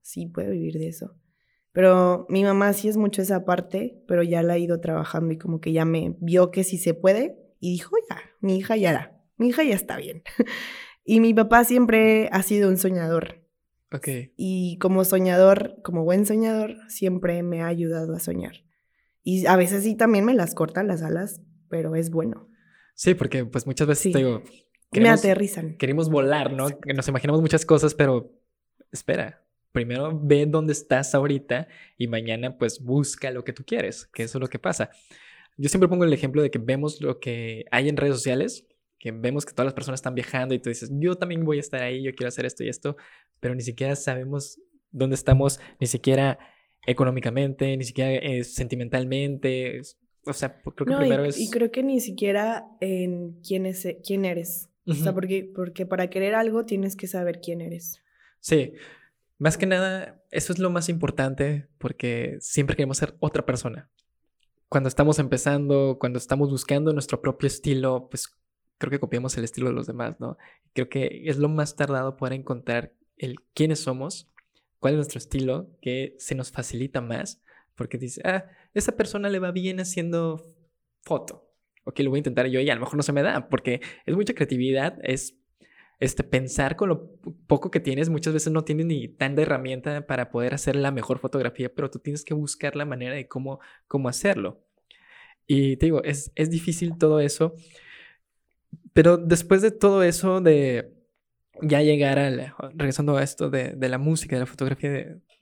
sí puedo vivir de eso. Pero mi mamá sí es mucho esa parte, pero ya la ha ido trabajando y como que ya me vio que sí se puede y dijo, ya, mi hija ya está bien. Y mi papá siempre ha sido un soñador. Ok. Y como soñador, como buen soñador, siempre me ha ayudado a soñar. Y a veces sí también me las cortan las alas, pero es bueno. Sí, porque pues muchas veces Sí. te digo, Me aterrizan. queremos volar, ¿no? Que nos imaginamos muchas cosas, pero espera. Primero ve dónde estás ahorita y mañana pues busca lo que tú quieres, que eso es lo que pasa. Yo siempre pongo el ejemplo de que vemos lo que hay en redes sociales, que vemos que todas las personas están viajando y tú dices, yo también voy a estar ahí, yo quiero hacer esto y esto, pero ni siquiera sabemos dónde estamos, ni siquiera económicamente, ni siquiera sentimentalmente. O sea, creo que No, primero y creo que ni siquiera en quién eres. O sea, porque para querer algo tienes que saber quién eres. Sí, más que nada, eso es lo más importante porque siempre queremos ser otra persona. Cuando estamos empezando, cuando estamos buscando nuestro propio estilo, pues creo que copiamos el estilo de los demás, ¿no? Creo que es lo más tardado poder encontrar el quiénes somos, cuál es nuestro estilo, que se nos facilita más, porque dice, esa persona le va bien haciendo foto. Ok, lo voy a intentar yo y a lo mejor no se me da, porque es mucha creatividad, es pensar con lo poco que tienes. Muchas veces no tienes ni tanta herramienta para poder hacer la mejor fotografía, pero tú tienes que buscar la manera de cómo hacerlo. Y te digo, es difícil todo eso, pero después de todo eso, de ya llegar regresando a esto de la música, de la fotografía,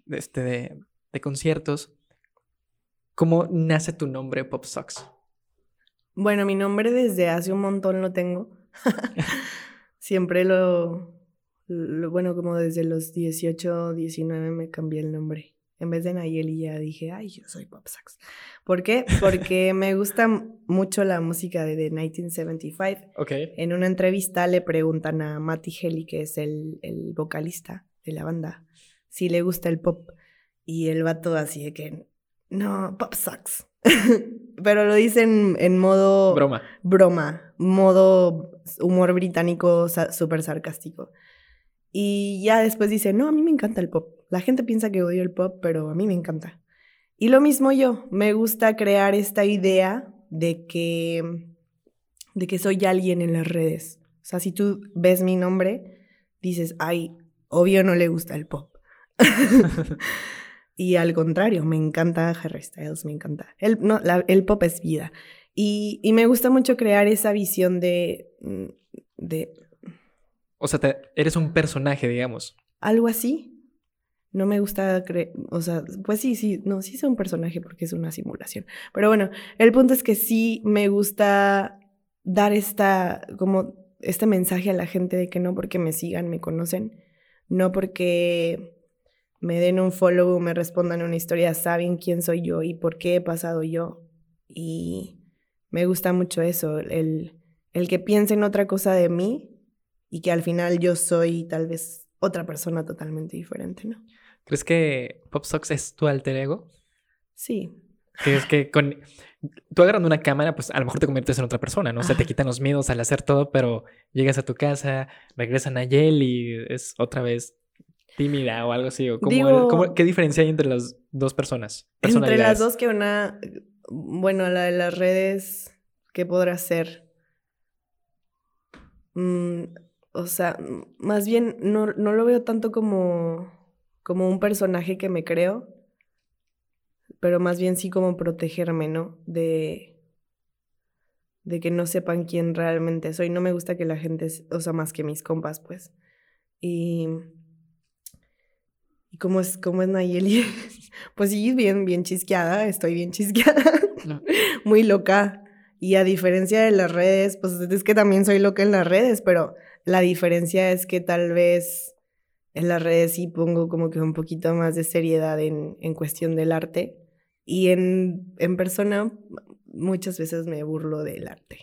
de conciertos, ¿cómo nace tu nombre Pop Sox? Bueno, mi nombre desde hace un montón lo tengo. Siempre bueno, como desde los 18, 19 me cambié el nombre. En vez de Nayeli ya dije, ay, yo soy Pop Sax. ¿Por qué? Porque me gusta mucho la música de The 1975. Ok. En una entrevista le preguntan a Matty Healy, que es el vocalista de la banda, si le gusta el pop. Y el vato así de que, no, Pop Sax. Pero lo dicen en modo broma, modo humor británico súper sarcástico. Y ya después dice, no, a mí me encanta el pop. La gente piensa que odio el pop, pero a mí me encanta. Y lo mismo yo, me gusta crear esta idea de que soy alguien en las redes. O sea, si tú ves mi nombre, dices, ay, obvio no le gusta el pop. Y al contrario, me encanta Harry Styles, me encanta. El pop es vida. Y me gusta mucho crear esa visión de O sea, eres un personaje, digamos. Algo así. No me gusta o sea, pues sí, no, sí soy un personaje porque es una simulación. Pero bueno, el punto es que sí me gusta dar como este mensaje a la gente de que no porque me sigan, me conocen, no porque me den un follow, me respondan una historia, saben quién soy yo y por qué he pasado yo. Y me gusta mucho eso, el que piensen otra cosa de mí y que al final yo soy tal vez otra persona totalmente diferente, ¿no? ¿Crees que Pop Sox es tu alter ego? Sí. Que es que tú agarrando una cámara, pues a lo mejor te conviertes en otra persona, ¿no? O sea, te quitan los miedos al hacer todo, pero llegas a tu casa, regresan a Nayel y es otra vez tímida o algo así. O ¿qué diferencia hay entre las dos personas? Entre las dos que bueno, la de las redes, ¿qué podrá ser? O sea, más bien no lo veo tanto como un personaje que me creo, pero más bien sí como protegerme, ¿no? De que no sepan quién realmente soy. No me gusta que la gente, o sea, más que mis compas, pues. Y cómo es Nayeli, pues sí, bien chisqueada, estoy bien chisqueada, no. Muy loca. Y a diferencia de las redes, pues es que también soy loca en las redes, pero la diferencia es que tal vez en las redes sí pongo como que un poquito más de seriedad en cuestión del arte. Y en persona muchas veces me burlo del arte.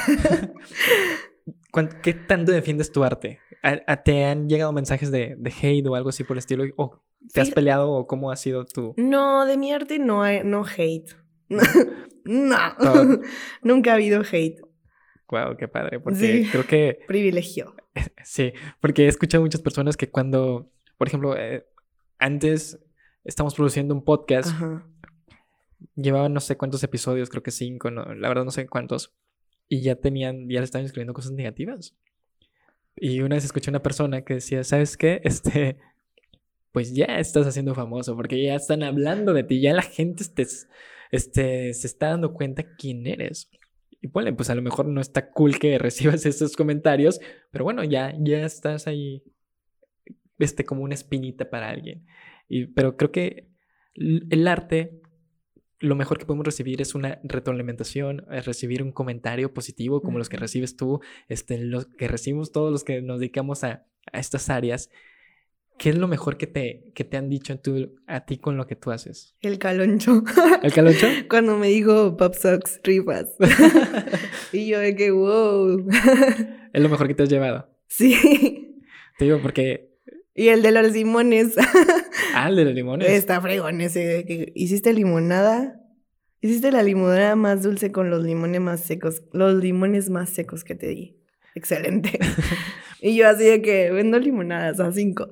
¿Qué tanto defiendes tu arte? ¿Te han llegado mensajes de hate o algo así por el estilo? ¿O te has peleado o cómo ha sido tu...? No, de mi arte no hate. No. Nunca ha habido hate. Wow, qué padre, porque sí. Creo que... Privilegio. Sí, porque he escuchado muchas personas que cuando, por ejemplo, antes estamos produciendo un podcast. Ajá. Llevaban no sé cuántos episodios, creo que 5, no, la verdad no sé cuántos. Y ya le estaban escribiendo cosas negativas. Y una vez escuché a una persona que decía, ¿sabes qué? Pues ya estás haciendo famoso, porque ya están hablando de ti, ya la gente se está dando cuenta quién eres. Y ponle, pues a lo mejor no está cool que recibas esos comentarios, pero bueno, ya estás ahí, como una espinita para alguien. Pero creo que el arte, lo mejor que podemos recibir es una retroalimentación, es recibir un comentario positivo como los que recibes tú, los que recibimos todos los que nos dedicamos a estas áreas. ¿Qué es lo mejor que te han dicho a ti con lo que tú haces? El Caloncho. ¿El Caloncho? Cuando me dijo Pop Socks rifas. Y yo de que wow. Es lo mejor que te has llevado. Sí. Te digo porque... Y el de los limones. Ah, el de los limones. Está fregón ese de que hiciste limonada. Hiciste la limonada más dulce con los limones más secos. Los limones más secos que te di. Excelente. Y yo así de que vendo limonadas a 5.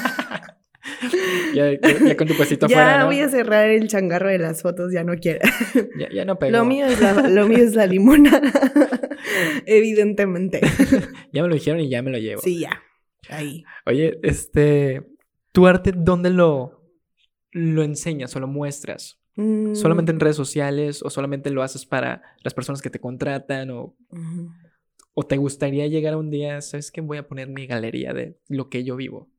ya con tu puestito afuera, Ya ¿no? voy a cerrar el changarro de las fotos, ya no quiero. Ya no pegó. Lo mío es la limonada. Evidentemente. Ya me lo dijeron y ya me lo llevo. Sí, ya. Ahí. Oye, ¿tu arte dónde lo enseñas o lo muestras? ¿Solamente en redes sociales o solamente lo haces para las personas que te contratan o te gustaría llegar a un día, sabes que voy a poner mi galería de lo que yo vivo?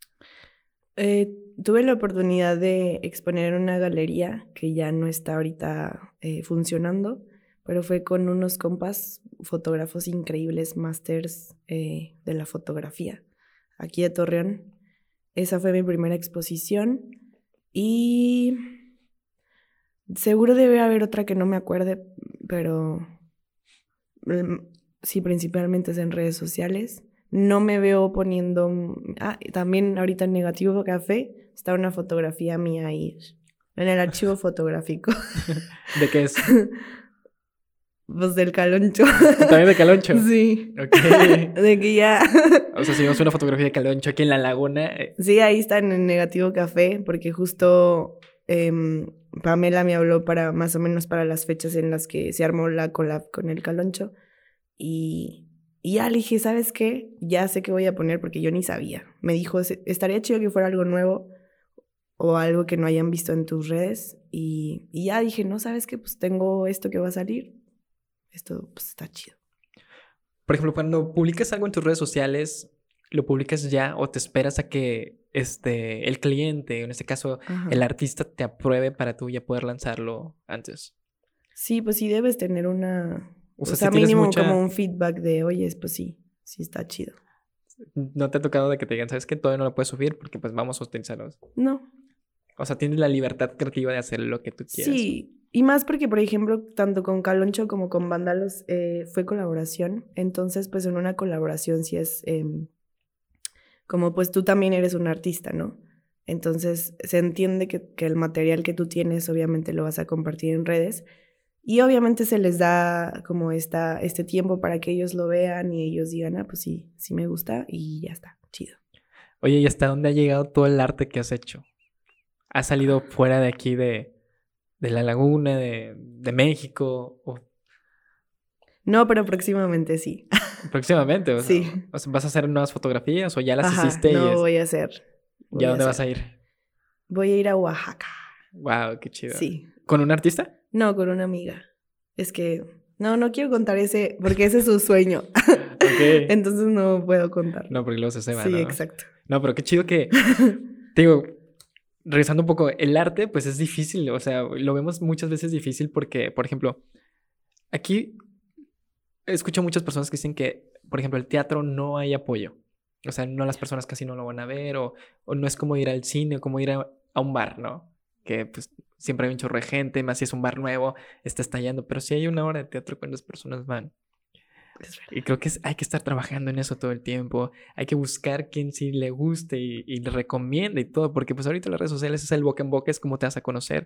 Tuve la oportunidad de exponer en una galería que ya no está ahorita funcionando, pero fue con unos compas, fotógrafos increíbles, masters de la fotografía, aquí de Torreón. Esa fue mi primera exposición y seguro debe haber otra que no me acuerde, pero sí, principalmente es en redes sociales. No me veo poniendo... también ahorita en Negativo Café está una fotografía mía ahí en el archivo fotográfico. ¿De qué es? Pues del Caloncho. ¿También de Caloncho? Sí. Ok. De que ya... O sea, si vemos una fotografía de Caloncho aquí en la laguna... Sí, ahí está en el Negativo Café, porque justo Pamela me habló para más o menos para las fechas en las que se armó la collab con el Caloncho. Y ya le dije, ¿sabes qué? Ya sé qué voy a poner porque yo ni sabía. Me dijo, estaría chido que fuera algo nuevo o algo que no hayan visto en tus redes. Y ya dije, no, ¿sabes qué? Pues tengo esto que va a salir. Esto pues está chido. Por ejemplo, cuando publicas algo en tus redes sociales, ¿lo publicas ya o te esperas a que el cliente, en este caso el artista, te apruebe para tú ya poder lanzarlo antes? Sí, pues sí debes tener una... O sea, si mínimo como un feedback de, oye, pues sí está chido. ¿No te ha tocado de que te digan, sabes que todavía no lo puedes subir porque pues vamos a utilizarlos? No. O sea, tienes la libertad creativa de hacer lo que tú quieras. Sí, y más porque, por ejemplo, tanto con Caloncho como con Vándalos fue colaboración. Entonces, pues en una colaboración sí es como pues tú también eres un artista, ¿no? Entonces se entiende que el material que tú tienes obviamente lo vas a compartir en redes. Y obviamente se les da como este tiempo para que ellos lo vean y ellos digan, pues sí me gusta y ya está, chido. Oye, ¿y hasta dónde ha llegado todo el arte que has hecho? ¿Has salido fuera de aquí de la laguna, de México? No, pero próximamente sí. Próximamente, o sea, sí. ¿Vas a hacer nuevas fotografías o ya las Ajá, hiciste? No, voy a hacer. ¿Ya dónde vas a ir? Voy a ir a Oaxaca. Wow, qué chido. Sí. ¿Con un artista? No, con una amiga. Es que no quiero contar ese, porque ese es su sueño. Okay. Entonces no puedo contar. No, porque luego se va, Sí, ¿no? exacto. No, pero qué chido que, te digo, regresando un poco, el arte pues es difícil, o sea, lo vemos muchas veces difícil porque, por ejemplo, aquí escucho muchas personas que dicen que, por ejemplo, el teatro no hay apoyo. O sea, no, las personas casi no lo van a ver o no es como ir al cine o como ir a un bar, ¿no? Que pues siempre hay un chorro de gente, más si es un bar nuevo, está estallando, pero sí hay una hora de teatro cuando las personas van. Y creo que hay que estar trabajando en eso todo el tiempo, hay que buscar quien sí le guste y le recomiende y todo, porque pues ahorita las redes sociales es el boca en boca, es como te vas a conocer.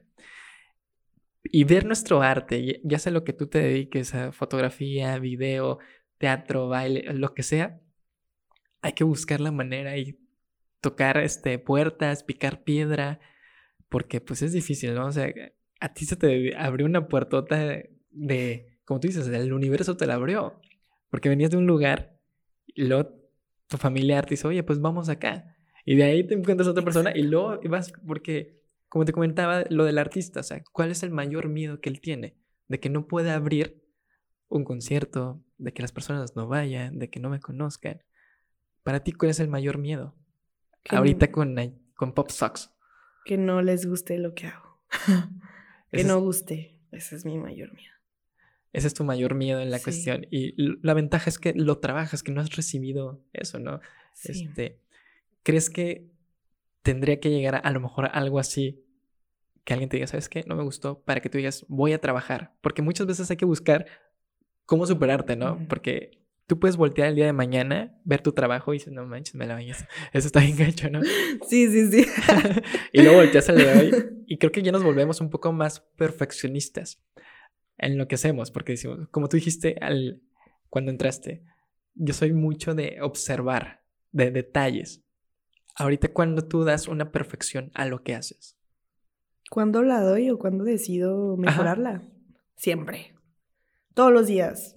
Y ver nuestro arte, ya sea lo que tú te dediques a fotografía, video, teatro, baile, lo que sea, hay que buscar la manera y tocar puertas, picar piedra, porque pues es difícil, ¿no? O sea, a ti se te abrió una puertota como tú dices, el universo te la abrió, porque venías de un lugar y luego tu familiar te dice, oye, pues vamos acá. Y de ahí te encuentras a otra persona y luego vas, porque como te comentaba, lo del artista, o sea, ¿cuál es el mayor miedo que él tiene? De que no pueda abrir un concierto, de que las personas no vayan, de que no me conozcan. Para ti, ¿cuál es el mayor miedo? Ahorita con Pop Sox. Que no les guste lo que hago. Que no guste. Ese es mi mayor miedo. Ese es tu mayor miedo en la cuestión. Y la ventaja es que lo trabajas, que no has recibido eso, ¿no? Sí. ¿Crees que tendría que llegar a lo mejor algo así? Que alguien te diga, ¿sabes qué? No me gustó, para que tú digas, voy a trabajar. Porque muchas veces hay que buscar cómo superarte, ¿no? Porque tú puedes voltear el día de mañana, ver tu trabajo y dices, no manches, me la bañas. Eso está bien gacho, ¿no? Sí. Y luego volteas al de hoy y creo que ya nos volvemos un poco más perfeccionistas en lo que hacemos. Porque decimos, como tú dijiste cuando entraste, yo soy mucho de observar, de detalles. Ahorita, cuando tú das una perfección a lo que haces. ¿Cuándo la doy o cuándo decido mejorarla? Ajá. Siempre. Todos los días.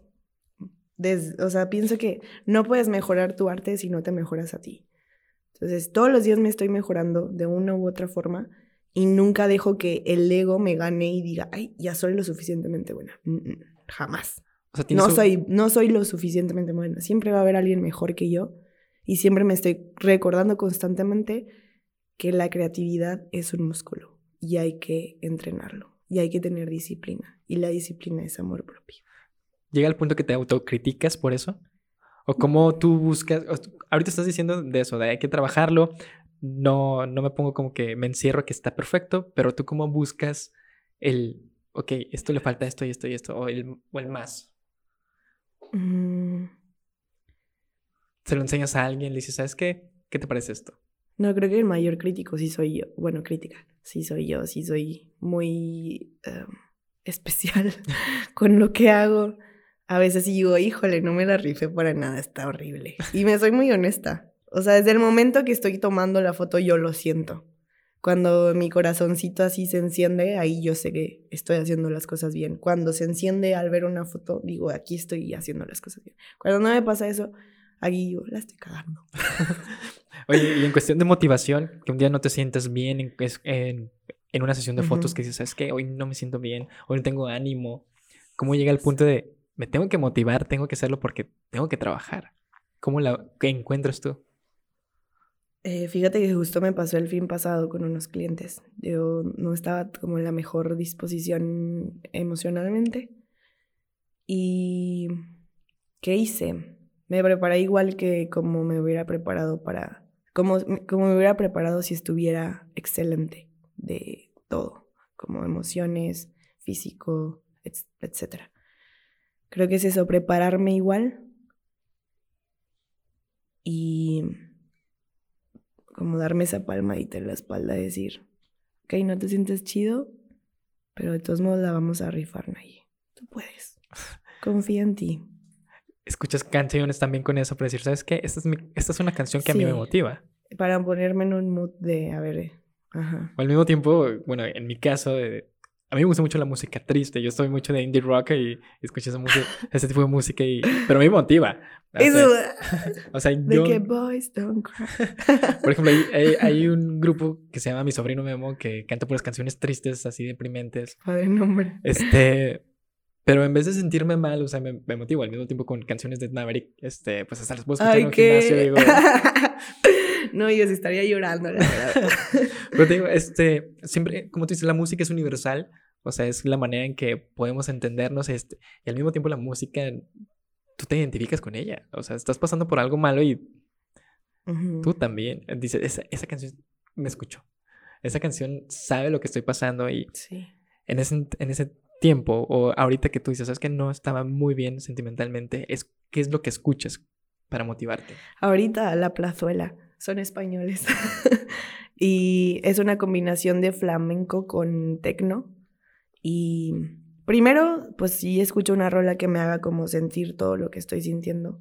O sea, pienso que no puedes mejorar tu arte si no te mejoras a ti. Entonces, todos los días me estoy mejorando de una u otra forma y nunca dejo que el ego me gane y diga, ay, ya soy lo suficientemente buena. Jamás. O sea, no soy lo suficientemente buena. Siempre va a haber alguien mejor que yo y siempre me estoy recordando constantemente que la creatividad es un músculo y hay que entrenarlo y hay que tener disciplina y la disciplina es amor propio. ¿Llega al punto que te autocriticas por eso? ¿O cómo tú buscas? Ahorita estás diciendo de eso, de hay que trabajarlo. No me pongo como que me encierro que está perfecto, pero tú cómo buscas ok, esto le falta esto y esto y esto, o el más. Se lo enseñas a alguien, le dices, ¿sabes qué? ¿Qué te parece esto? No, creo que el mayor crítico sí soy yo. Bueno, crítica, sí soy yo, sí soy muy especial con lo que hago. A veces digo, híjole, no me la rifé para nada, está horrible. Y me soy muy honesta. O sea, desde el momento que estoy tomando la foto, yo lo siento. Cuando mi corazoncito así se enciende, ahí yo sé que estoy haciendo las cosas bien. Cuando se enciende al ver una foto, digo, aquí estoy haciendo las cosas bien. Cuando no me pasa eso, aquí digo, la estoy cagando. Oye, y en cuestión de motivación, que un día no te sientas bien en una sesión de fotos, que dices, ¿sabes qué? Hoy no me siento bien, hoy no tengo ánimo. ¿Cómo llega el punto de, me tengo que motivar, tengo que hacerlo porque tengo que trabajar? ¿Qué encuentras tú? Fíjate que justo me pasó el fin pasado con unos clientes. Yo no estaba como en la mejor disposición emocionalmente. ¿Y qué hice? Me preparé igual que como me hubiera preparado como me hubiera preparado si estuviera excelente de todo, como emociones, físico, etc. Creo que es eso, prepararme igual y como darme esa palmadita en la espalda, decir, ok, no te sientes chido, pero de todos modos la vamos a rifar, Nayi. Tú puedes. Confía en ti. ¿Escuchas canciones también con eso para decir, ¿sabes qué? Esta es una canción que a mí me motiva? Para ponerme en un mood de, a ver, ajá. O al mismo tiempo, bueno, en mi caso, a mí me gusta mucho la música triste. Yo estoy mucho de indie rock y escucho ese tipo de música, pero a mí me motiva. O sea, de que boys don't cry. Por ejemplo, hay un grupo que se llama Mi Sobrino Memo que canta puras canciones tristes, así deprimentes. Padre nombre. Pero en vez de sentirme mal, o sea, me motivo al mismo tiempo con canciones de Maverick, pues hasta las puedo escuchar en un gimnasio y digo... No, yo sí estaría llorando, la verdad. Pero te digo, siempre, como tú dices, la música es universal, o sea, es la manera en que podemos entendernos, y al mismo tiempo la música, tú te identificas con ella, o sea, estás pasando por algo malo y tú también, dices, esa canción me escuchó, esa canción sabe lo que estoy pasando y sí. en ese tiempo, o ahorita que tú dices, sabes que no estaba muy bien sentimentalmente, ¿qué es lo que escuchas para motivarte? Ahorita La Plazuela, son españoles. Y es una combinación de flamenco con tecno. Y primero, pues sí escucho una rola que me haga como sentir todo lo que estoy sintiendo.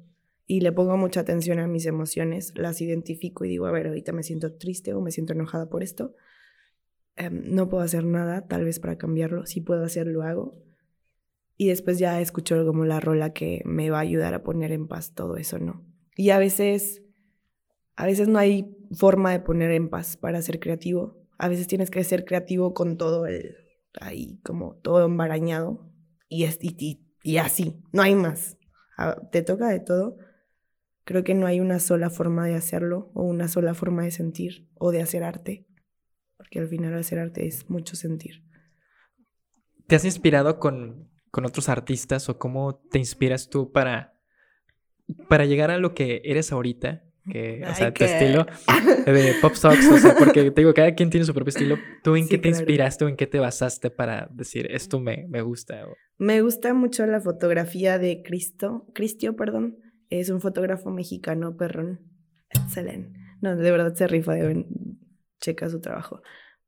y le pongo mucha atención a mis emociones, las identifico y digo, a ver, ahorita me siento triste o me siento enojada por esto. No puedo hacer nada, tal vez para cambiarlo. Si puedo hacerlo, hago. Y después ya escucho como la rola que me va a ayudar a poner en paz todo eso, ¿no? Y a veces no hay forma de poner en paz para ser creativo. A veces tienes que ser creativo con todo ahí como todo embarañado. Y así, no hay más. Te toca de todo. Creo que no hay una sola forma de hacerlo o una sola forma de sentir o de hacer arte. Porque al final hacer arte es mucho sentir. ¿Te has inspirado con otros artistas o cómo te inspiras tú para llegar a lo que eres ahorita? O sea, tu estilo de Pop Socks, o sea, porque te digo, cada quien tiene su propio estilo. ¿Tú en qué te inspiraste o en qué te basaste para decir, esto me gusta? Me gusta mucho la fotografía de Cristio, perdón. Es un fotógrafo mexicano, perrón. Excelente. No, de verdad se rifa, checa su trabajo.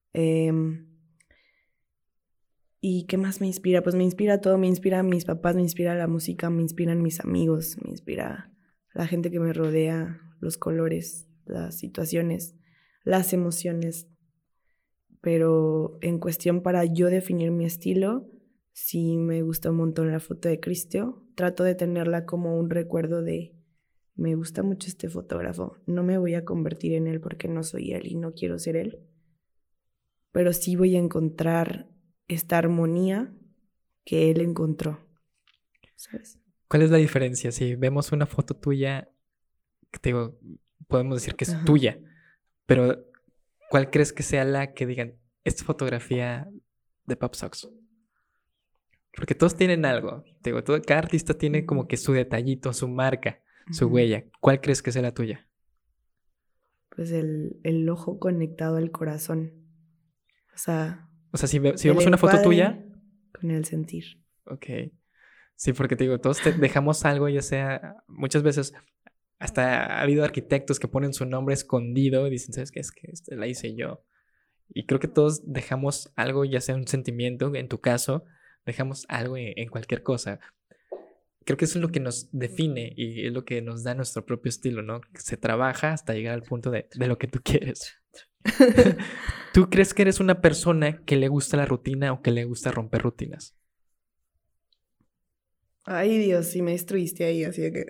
¿Y qué más me inspira? Pues me inspira todo, me inspira a mis papás, me inspira la música, me inspiran mis amigos, me inspira la gente que me rodea, los colores, las situaciones, las emociones. Pero en cuestión para yo definir mi estilo, sí me gusta un montón la foto de Cristio. Trato de tenerla como un recuerdo de, me gusta mucho este fotógrafo, no me voy a convertir en él porque no soy él y no quiero ser él. Pero sí voy a encontrar esta armonía que él encontró, ¿sabes? ¿Cuál es la diferencia? Si vemos una foto tuya, te digo, podemos decir que es tuya, pero ¿cuál crees que sea la que digan, esta fotografía de Pop Socks? Porque todos tienen algo. Te digo, cada artista tiene como que su detallito, su marca, su huella. ¿Cuál crees que sea la tuya? Pues el ojo conectado al corazón. O sea, si vemos una foto tuya... Con el sentir. Ok. Sí, porque te digo, todos dejamos algo, ya sea... Muchas veces hasta ha habido arquitectos que ponen su nombre escondido y dicen, ¿sabes qué? Es que la hice yo. Y creo que todos dejamos algo, ya sea un sentimiento, en tu caso, dejamos algo en cualquier cosa. Creo que eso es lo que nos define y es lo que nos da nuestro propio estilo, ¿no? Se trabaja hasta llegar al punto de lo que tú quieres. ¿Tú crees que eres una persona que le gusta la rutina o que le gusta romper rutinas? Ay, Dios, sí me destruiste ahí, así de que...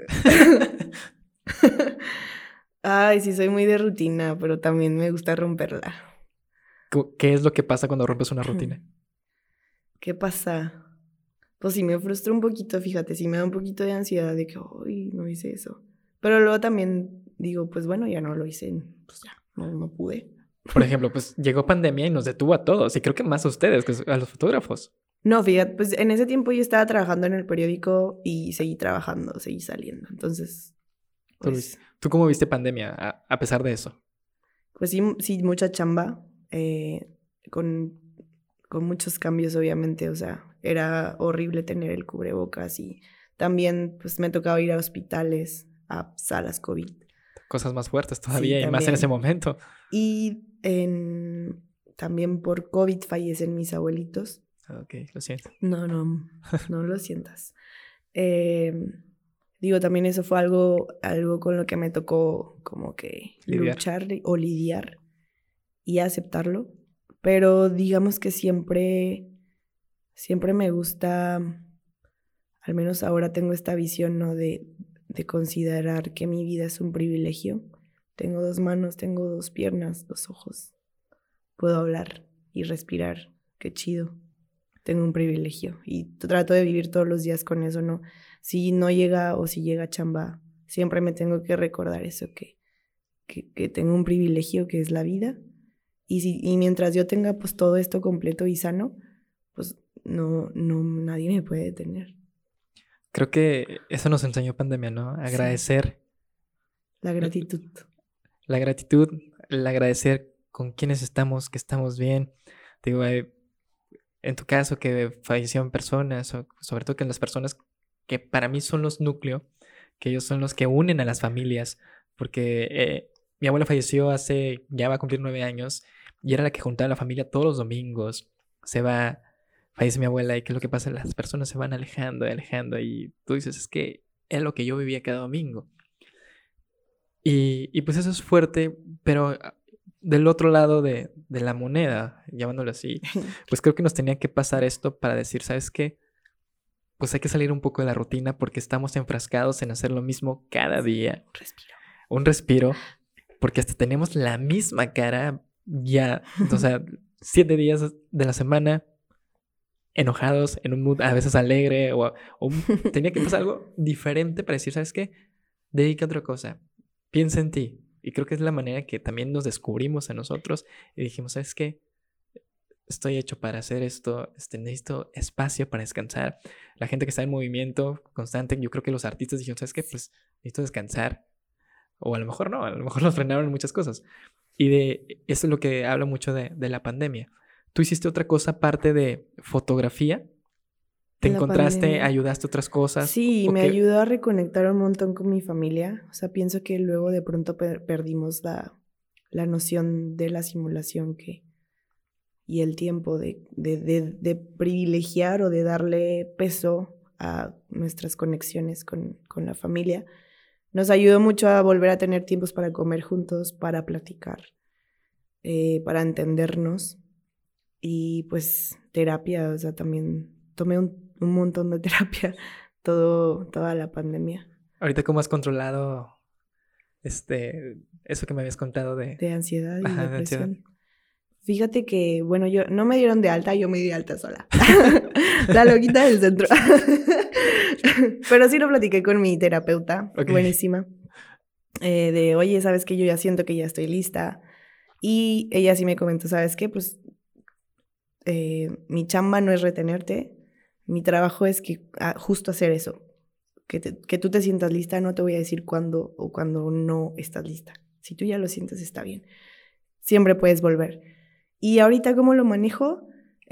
Ay, sí, soy muy de rutina, pero también me gusta romperla. ¿Qué es lo que pasa cuando rompes una rutina? ¿Qué pasa? Pues sí me frustra un poquito, fíjate, sí me da un poquito de ansiedad de que, ay, no hice eso. Pero luego también digo, pues bueno, ya no lo hice, pues ya, no pude. Por ejemplo, pues llegó pandemia y nos detuvo a todos, y creo que más a ustedes que a los fotógrafos. No, fíjate, pues en ese tiempo yo estaba trabajando en el periódico y seguí trabajando, seguí saliendo, entonces... Pues, ¿Tú cómo viste pandemia a pesar de eso? Pues sí, mucha chamba, con muchos cambios obviamente, o sea, era horrible tener el cubrebocas y también pues me tocaba ir a hospitales, a salas COVID. Cosas más fuertes todavía, sí, y más en ese momento. Y también por COVID fallecen mis abuelitos. Ok, lo siento. No lo sientas. Digo, también eso fue algo con lo que me tocó como que luchar o lidiar y aceptarlo. Pero digamos que siempre me gusta, al menos ahora tengo esta visión, ¿no? De considerar que mi vida es un privilegio. Tengo 2 manos, tengo 2 piernas, 2 ojos. Puedo hablar y respirar. Qué chido. Tengo un privilegio y trato de vivir todos los días con eso, ¿no? Si no llega o si llega chamba, siempre me tengo que recordar eso, que tengo un privilegio que es la vida. Y mientras yo tenga pues todo esto completo y sano, pues no nadie me puede detener. Creo que eso nos enseñó pandemia, ¿no? Agradecer. Sí. La gratitud. La gratitud, el agradecer con quienes estamos, que estamos bien. Digo, en tu caso que fallecieron personas, o sobre todo que las personas que para mí son los núcleos, que ellos son los que unen a las familias, porque mi abuela falleció ya va a cumplir 9 años, y era la que juntaba a la familia todos los domingos. Fallece mi abuela, y ¿qué es lo que pasa? Las personas se van alejando, y tú dices, es que es lo que yo vivía cada domingo. Y pues eso es fuerte, pero del otro lado de la moneda, llamándolo así, pues creo que nos tenía que pasar esto para decir, ¿sabes qué? Pues hay que salir un poco de la rutina porque estamos enfrascados en hacer lo mismo cada día. Respiro. Un respiro, porque hasta tenemos la misma cara ya, o sea, 7 días de la semana enojados, en un mood a veces alegre, tenía que pasar algo diferente para decir, ¿sabes qué? Dedica a otra cosa, piensa en ti. Y creo que es la manera que también nos descubrimos a nosotros y dijimos, ¿sabes qué? Estoy hecho para hacer esto, necesito espacio para descansar. La gente que está en movimiento constante, yo creo que los artistas dijeron, ¿sabes qué? Pues necesito descansar. O a lo mejor no, a lo mejor nos frenaron en muchas cosas. Y de eso es lo que habla mucho de la pandemia. ¿Tú hiciste otra cosa aparte de fotografía? ¿Te En la encontraste, pandemia. ayudaste a otras cosas? Sí, ¿O me qué? ayudó a reconectar un montón con mi familia. O sea, pienso que luego de pronto perdimos la noción de la simulación y el tiempo de privilegiar o de darle peso a nuestras conexiones con la familia. Nos ayudó mucho a volver a tener tiempos para comer juntos, para platicar, para entendernos. Y pues terapia, o sea, también tomé un montón de terapia toda la pandemia. Ahorita, ¿cómo has controlado eso que me habías contado De ansiedad y Ajá, de ansiedad? depresión. Fíjate que, bueno, yo no me dieron de alta, yo me di de alta sola. La loquita del centro. Pero sí lo platiqué con mi terapeuta, Ok. buenísima. Oye, ¿sabes qué? Yo ya siento que ya estoy lista. Y ella sí me comentó, ¿sabes qué? Pues mi chamba no es retenerte. Mi trabajo es justo hacer eso. Que tú te sientas lista, no te voy a decir cuándo o cuando no estás lista. Si tú ya lo sientes, está bien. Siempre puedes volver. Y ahorita, ¿cómo lo manejo?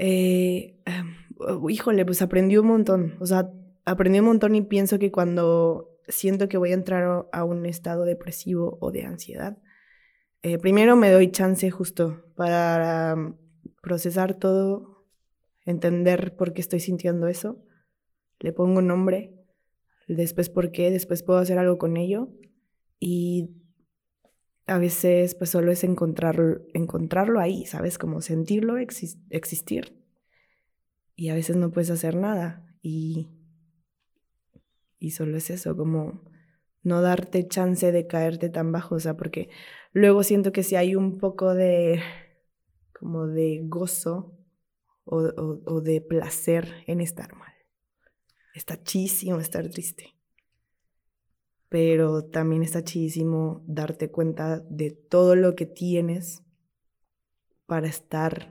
Híjole, pues aprendí un montón. O sea, aprendí un montón y pienso que cuando siento que voy a entrar a un estado depresivo o de ansiedad, primero me doy chance justo para procesar todo, entender por qué estoy sintiendo eso. Le pongo un nombre, después por qué, después puedo hacer algo con ello. Y a veces pues solo es encontrarlo ahí, ¿sabes? Como sentirlo, existir. Y a veces no puedes hacer nada. Y solo es eso, como no darte chance de caerte tan bajo. O sea, porque luego siento que si hay un poco de como de gozo o de placer en estar mal. Está chísimo estar triste. Pero también está chidísimo darte cuenta de todo lo que tienes para estar,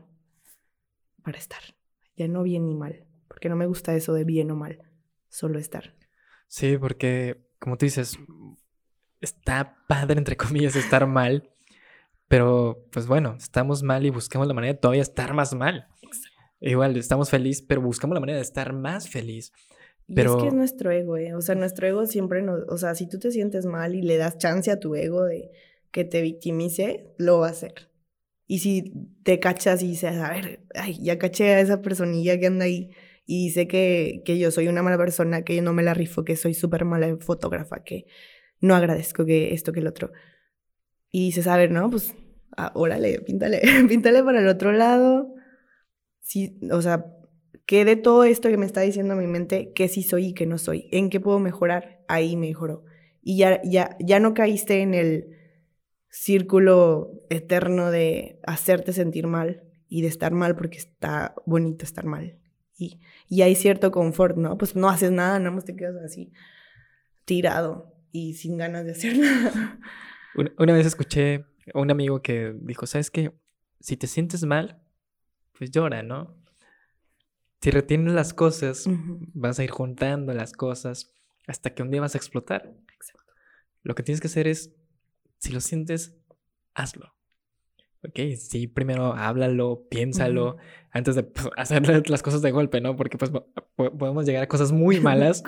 ya no bien ni mal, porque no me gusta eso de bien o mal, solo estar. Sí, porque, como tú dices, está padre, entre comillas, estar mal, pero pues bueno, estamos mal y buscamos la manera de todavía estar más mal. Exacto. Igual, estamos felices, pero buscamos la manera de estar más feliz. Y es que es nuestro ego, o sea, nuestro ego siempre o sea, si tú te sientes mal y le das chance a tu ego de que te victimice, lo va a hacer. Y si te cachas y dices, a ver, ay, ya caché a esa personilla que anda ahí y sé que yo soy una mala persona, que yo no me la rifo, que soy súper mala fotógrafa, que no agradezco que esto, que el otro. Y dices, a ver, no, pues, órale, píntale, píntale para el otro lado. Sí, o sea, ¿qué de todo esto que me está diciendo mi mente, qué sí soy y qué no soy? ¿En qué puedo mejorar? Ahí mejoró. Y ya no caíste en el círculo eterno de hacerte sentir mal y de estar mal porque está bonito estar mal. Y hay cierto confort, ¿no? Pues no haces nada, nada más te quedas así, tirado y sin ganas de hacer nada. Una vez escuché a un amigo que dijo, ¿sabes qué? Si te sientes mal, pues llora, ¿no? Si retienes las cosas, vas a ir juntando las cosas hasta que un día vas a explotar. Exacto. Lo que tienes que hacer es, si lo sientes, hazlo. Ok, sí, primero háblalo, piénsalo, antes de hacer las cosas de golpe, ¿no? Porque pues podemos llegar a cosas muy malas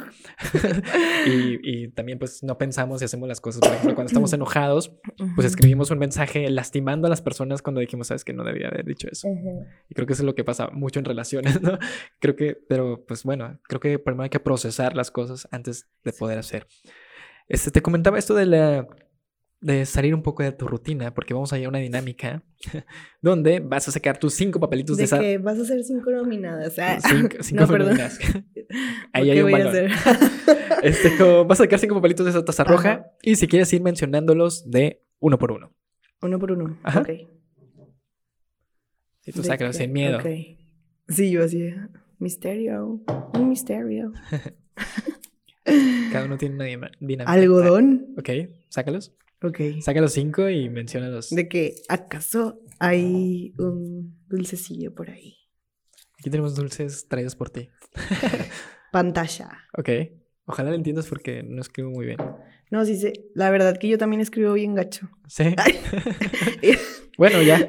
y también pues no pensamos y hacemos las cosas. Por ejemplo, cuando estamos enojados, pues escribimos un mensaje lastimando a las personas cuando dijimos, sabes que no debía haber dicho eso. Y creo que eso es lo que pasa mucho en relaciones, ¿no? Pero pues bueno, creo que primero hay que procesar las cosas antes de poder hacer. Te comentaba esto de de salir un poco de tu rutina porque vamos a ir a una dinámica donde vas a sacar tus 5 papelitos de De esa... que vas a hacer 5 nominadas. Ah, 5 no, perdón. femeninas. Ahí ¿Qué hay un voy a balón. hacer? Vas a sacar 5 papelitos de esa taza roja Ajá. y si quieres ir mencionándolos de uno por uno. Uno por uno. Ajá. Ok. Y tú ¿De sácalos qué? sin miedo. Ok. Sí, yo así. Misterio. Un misterio. Cada uno tiene una dinámica. Algodón. Ok, sácalos. Ok. Saca los 5 y menciónalos. De que acaso hay un dulcecillo por ahí. Aquí tenemos dulces traídos por ti. Pantalla. Ok. Ojalá lo entiendas porque no escribo muy bien. No, sí sé. La verdad que yo también escribo bien gacho. ¿Sí? Ay. Bueno, ya.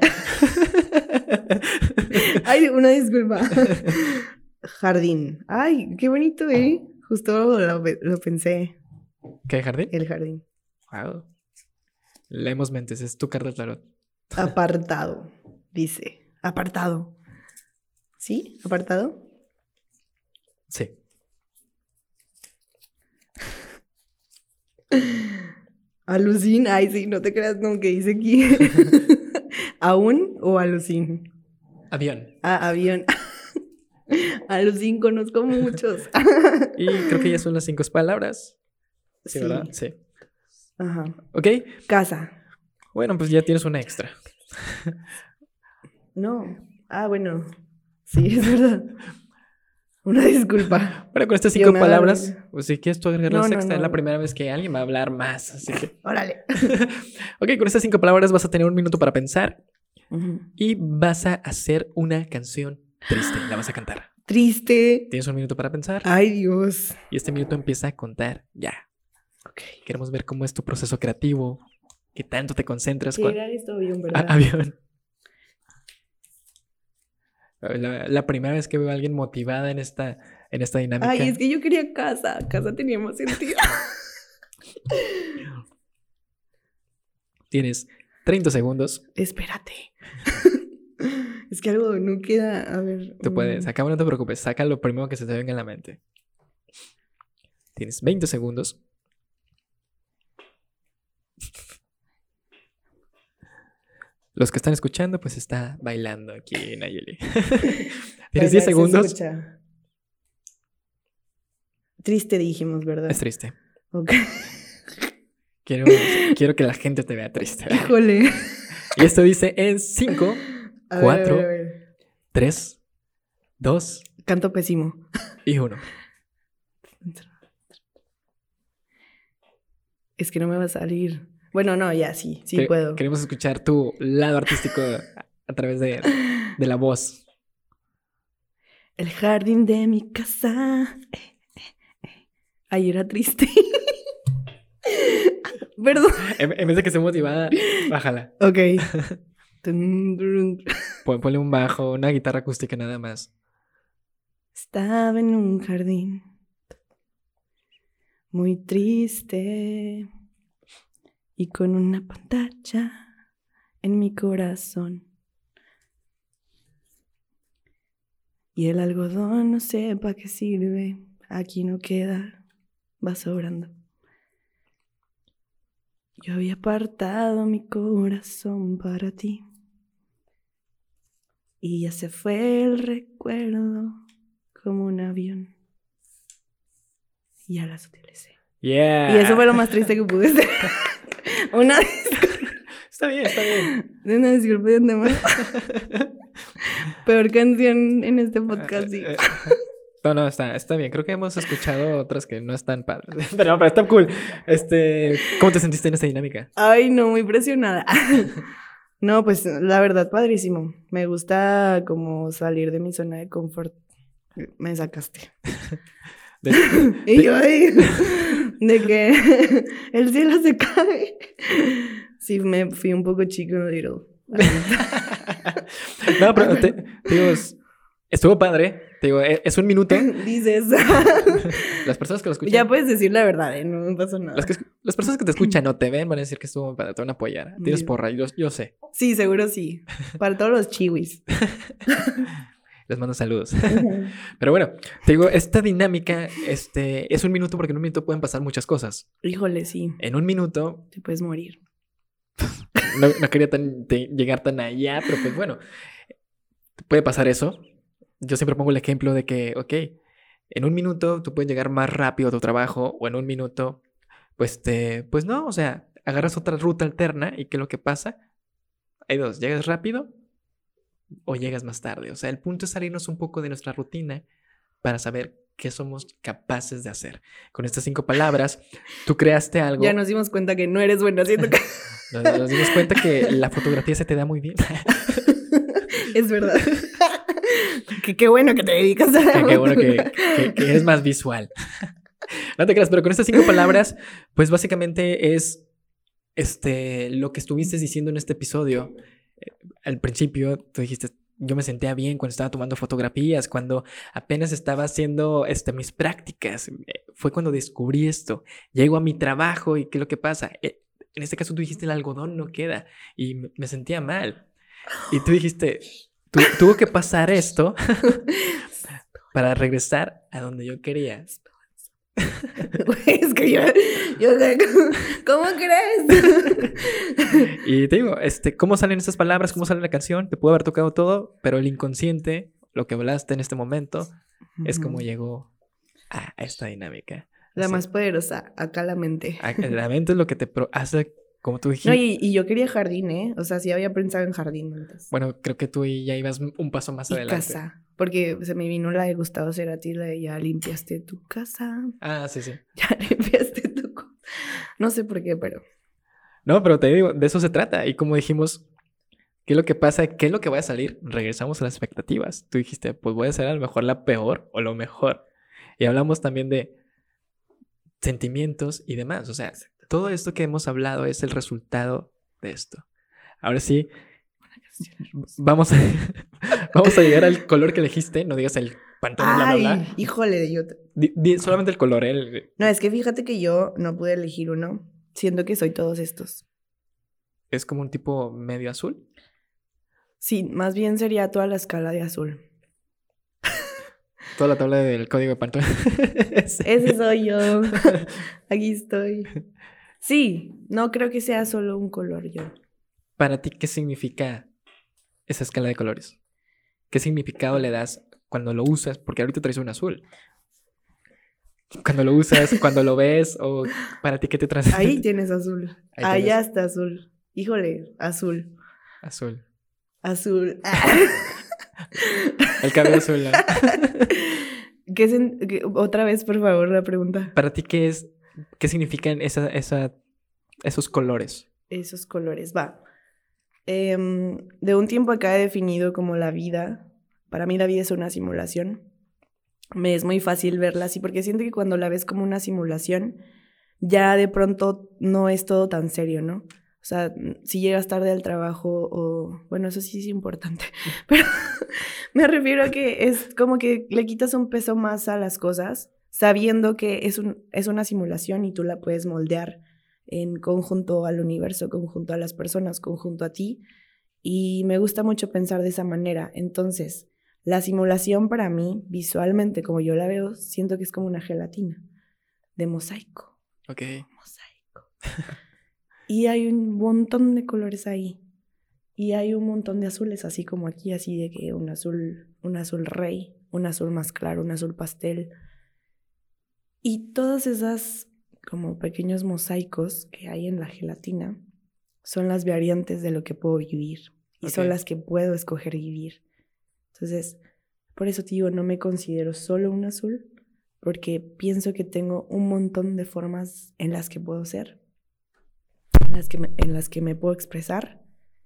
Ay, una disculpa. Jardín. Ay, qué bonito, ¿eh? Justo lo pensé. ¿Qué, jardín? El jardín. Wow. Leemos mentes, es tu carta de tarot. Apartado. Dice. Apartado. ¿Sí? ¿Apartado? Sí. Alucín. Ay, sí, no te creas no que dice aquí. ¿Aún o alucín? Avión. Ah, avión. Alucín, conozco muchos. Y creo que ya son las 5 palabras. Sí, ¿verdad? Sí. Ajá. Ok. Casa. Bueno, pues ya tienes una extra. No. Ah, bueno. Sí, es verdad. Una disculpa. Bueno, con estas Yo 5 me palabras, agarro. pues si quieres tú agregar No, la no, sexta, es no. la primera vez que alguien va a hablar más. Así que. Órale. Ok, con estas 5 palabras vas a tener un minuto para pensar Ujú. y vas a hacer una canción triste. La vas a cantar. Triste. Tienes un minuto para pensar Ay, Dios. y este minuto empieza a contar ya. Ok. Queremos ver cómo es tu proceso creativo, qué tanto te concentras. Sí, era esto bien, ¿verdad? Avión. La primera vez que veo a alguien motivada en esta dinámica. Ay, es que yo quería casa. Casa tenía más sentido. Tienes 30 segundos. Espérate. Es que algo no queda. A ver. Tú puedes. Acá no te preocupes. Saca lo primero que se te venga en la mente. Tienes 20 segundos. Los que están escuchando, pues está bailando aquí Nayeli. Tienes 10 Se segundos. escucha. Triste dijimos, ¿verdad? Es triste. Ok. Quiero que la gente te vea triste. Híjole. Y esto dice en 5, A 4, ver, a ver. 3, 2 Canto pésimo. y 1. Es que no me va a salir. Bueno, no, ya sí puedo. Queremos escuchar tu lado artístico a través de la voz. El jardín de mi casa. Ay, era triste. Perdón. En vez de que sea motivada, bájala. Ok. Ponle un bajo, una guitarra acústica nada más. Estaba en un jardín muy triste y con una pantalla en mi corazón. Y el algodón no sé para qué sirve, aquí no queda, va sobrando. Yo había apartado mi corazón para ti y ya se fue el recuerdo como un avión. Y ya las utilicé. Yeah. Y eso fue lo más triste que pude hacer. Una Está bien, está bien. Una disculpa de antemano. Peor canción en este podcast, sí. No, está bien. Creo que hemos escuchado otras que no están padres. Pero está cool. ¿Cómo te sentiste en esta dinámica? Ay, no, muy presionada. No, pues la verdad, padrísimo. Me gusta como salir de mi zona de confort. Me sacaste. Y yo ahí, de que el cielo se cae. Sí, me fui un poco chico, little. No, pero te digo, estuvo padre. Te digo, es un minuto. Dices. Las personas que lo escuchan. Ya puedes decir la verdad, no me pasó nada. Las personas que te escuchan o te ven van a decir que estuvo padre, te van a apoyar. Tienes porra, yo sé. Sí, seguro sí. Para todos los chiwis. Les mando saludos. Pero bueno, te digo, esta dinámica es un minuto porque en un minuto pueden pasar muchas cosas. Híjole, sí. En un minuto Te puedes morir. no quería llegar tan allá, pero pues bueno, puede pasar eso. Yo siempre pongo el ejemplo de que, ok, en un minuto tú puedes llegar más rápido a tu trabajo o en un minuto, pues no, o sea, agarras otra ruta alterna y ¿qué es lo que pasa? Hay dos, llegas rápido o llegas más tarde. O sea, el punto es salirnos un poco de nuestra rutina para saber qué somos capaces de hacer. Con estas 5 palabras, tú creaste algo. Ya nos dimos cuenta que no eres bueno haciendo nos dimos cuenta que la fotografía se te da muy bien. Es verdad. Qué bueno que te dedicas a... Qué bueno que eres más visual. No te creas, pero con estas 5 palabras, pues básicamente es lo que estuviste diciendo en este episodio. Al principio tú dijiste, yo me sentía bien cuando estaba tomando fotografías, cuando apenas estaba haciendo mis prácticas. Fue cuando descubrí esto. Llego a mi trabajo y ¿qué es lo que pasa? En este caso tú dijiste, el algodón no queda. Y me sentía mal. Y tú dijiste, tuvo que pasar esto para regresar a donde yo quería. Es que yo ¿cómo crees? Y te digo, ¿cómo salen estas palabras? ¿Cómo sale la canción? Te pudo haber tocado todo, pero el inconsciente, lo que hablaste en este momento, es como llegó a esta dinámica. La más poderosa, acá la mente. La mente es lo que te hace, como tú dijiste. No, y yo quería jardín, ¿eh? O sea, sí había pensado en jardín antes. Bueno, creo que tú ya ibas un paso más adelante. Casa, porque se me vino la de Gustavo Cerati, la de ya limpiaste tu casa. Ah, sí. Ya limpiaste tu casa. No sé por qué, pero... No, pero te digo, de eso se trata. Y como dijimos, ¿qué es lo que pasa? ¿Qué es lo que va a salir? Regresamos a las expectativas. Tú dijiste, pues voy a ser a lo mejor la peor o lo mejor. Y hablamos también de sentimientos y demás. O sea, todo esto que hemos hablado es el resultado de esto. Ahora sí, vamos a llegar al color que elegiste. No digas el pantone, bla, bla, bla. Híjole, yo... solamente el color, No, es que fíjate que yo no pude elegir uno. Siento que soy todos estos. ¿Es como un tipo medio azul? Sí, más bien sería toda la escala de azul. Toda la tabla del código de Pantone. Ese soy yo. Aquí estoy. Sí, no creo que sea solo un color yo. Para ti, ¿qué significa esa escala de colores? ¿Qué significado le das cuando lo usas? Porque ahorita traes un azul. Cuando lo usas, cuando lo ves, o para ti, ¿qué te trae? Ahí tienes azul. Allá está azul. Híjole, azul. Azul. Azul. El cabello azul, ¿no? Otra vez, por favor, la pregunta. Para ti, ¿qué significan esos colores? Esos colores, va. De un tiempo acá he definido como la vida. Para mí la vida es una simulación. Me es muy fácil verla así porque siento que cuando la ves como una simulación, ya de pronto no es todo tan serio, ¿no? O sea, si llegas tarde al trabajo o... Bueno, eso sí es importante. Pero me refiero a que es como que le quitas un peso más a las cosas, sabiendo que es una simulación y tú la puedes moldear en conjunto al universo, conjunto a las personas, conjunto a ti. Y me gusta mucho pensar de esa manera. Entonces, la simulación para mí, visualmente, como yo la veo, siento que es como una gelatina de mosaico. Ok. Mosaico. Y hay un montón de colores ahí. Y hay un montón de azules, así como aquí, así de que un azul rey, un azul más claro, un azul pastel. Y todas esas como pequeños mosaicos que hay en la gelatina son las variantes de lo que puedo vivir. Y son las que puedo escoger vivir. Entonces, por eso te digo, no me considero solo un azul, porque pienso que tengo un montón de formas en las que puedo ser, en las que me puedo expresar.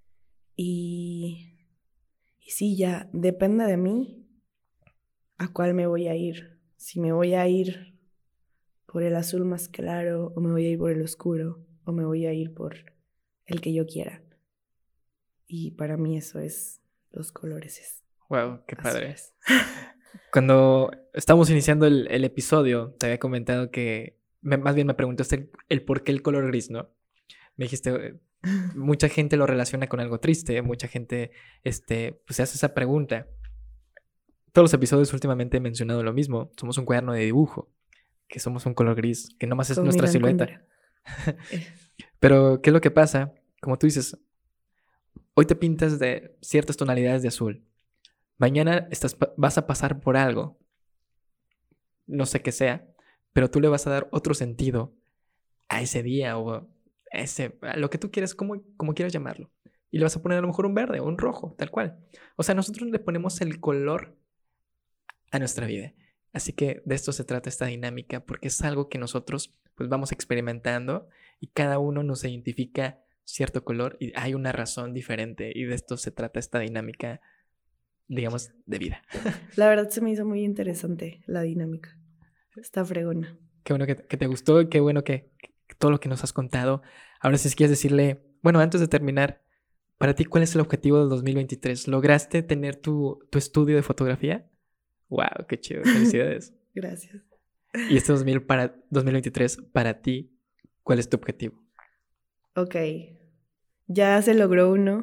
Y sí, ya depende de mí a cuál me voy a ir. Si me voy a ir por el azul más claro, o me voy a ir por el oscuro, o me voy a ir por el que yo quiera. Y para mí eso es los colores. Wow, qué padre. Cuando estábamos iniciando el episodio, te había comentado que, más bien me preguntaste el por qué el color gris, ¿no? Me dijiste, mucha gente lo relaciona con algo triste, mucha gente pues se hace esa pregunta. Todos los episodios últimamente he mencionado lo mismo. Somos un cuaderno de dibujo, que somos un color gris, que nomás es nuestra silueta. Pero, ¿qué es lo que pasa como tú dices, hoy te pintas de ciertas tonalidades de azul. Mañana vas a pasar por algo, no sé qué sea, pero tú le vas a dar otro sentido a ese día o a lo que tú quieras, como quieras llamarlo. Y le vas a poner a lo mejor un verde o un rojo, tal cual. O sea, nosotros le ponemos el color a nuestra vida. Así que de esto se trata esta dinámica, porque es algo que nosotros pues vamos experimentando y cada uno nos identifica cierto color y hay una razón diferente, y de esto se trata esta dinámica, digamos, de vida. La verdad se me hizo muy interesante la dinámica. Está fregona. Qué bueno que te gustó y qué bueno que todo lo que nos has contado. Ahora si quieres decirle, bueno, antes de terminar, para ti, ¿cuál es el objetivo del 2023? ¿Lograste tener tu estudio de fotografía? ¡Wow! ¡Qué chido! ¡Felicidades! Gracias. Y este 2023, para ti, ¿cuál es tu objetivo? Ok. Ya se logró uno.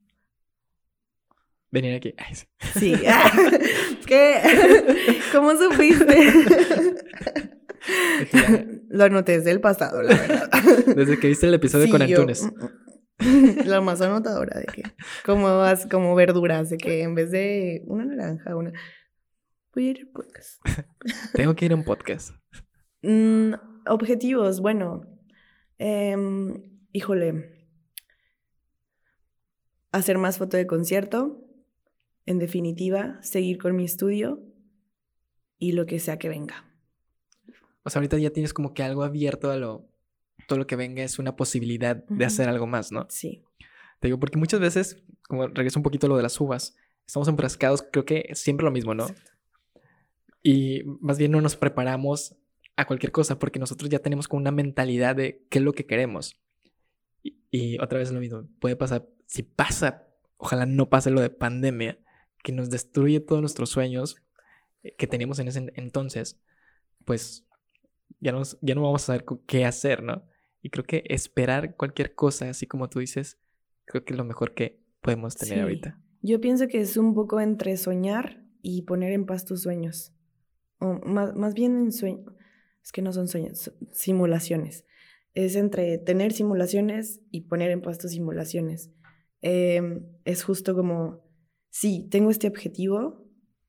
Venir aquí. Ay, sí. Sí. ¿Qué? ¿Cómo supiste? Lo anoté desde el pasado, la verdad. Desde que viste el episodio Sí, con Antunes. La más anotadora de que como verduras, de que en vez de una naranja, voy a ir al podcast. Tengo que ir a un podcast. Objetivos, bueno. Híjole. Hacer más foto de concierto. En definitiva, seguir con mi estudio y lo que sea que venga. O sea, ahorita ya tienes como que algo abierto a todo lo que venga es una posibilidad de hacer algo más, ¿no? Sí. Te digo, porque muchas veces, como regreso un poquito a lo de las uvas, estamos enfrascados, creo que siempre lo mismo, ¿no? Exacto. Y más bien no nos preparamos a cualquier cosa porque nosotros ya tenemos como una mentalidad de qué es lo que queremos. Y otra vez lo mismo, puede pasar, si pasa, ojalá no pase lo de pandemia, que nos destruye todos nuestros sueños que teníamos en ese entonces, pues ya no vamos a saber qué hacer, ¿no? Y creo que esperar cualquier cosa, así como tú dices, creo que es lo mejor que podemos tener ahorita. Yo pienso que es un poco entre soñar y poner en paz tus sueños. O más bien en sueños. Es que no son sueños, son simulaciones. Es entre tener simulaciones y poner en paz tus simulaciones. Es justo como, sí, tengo este objetivo,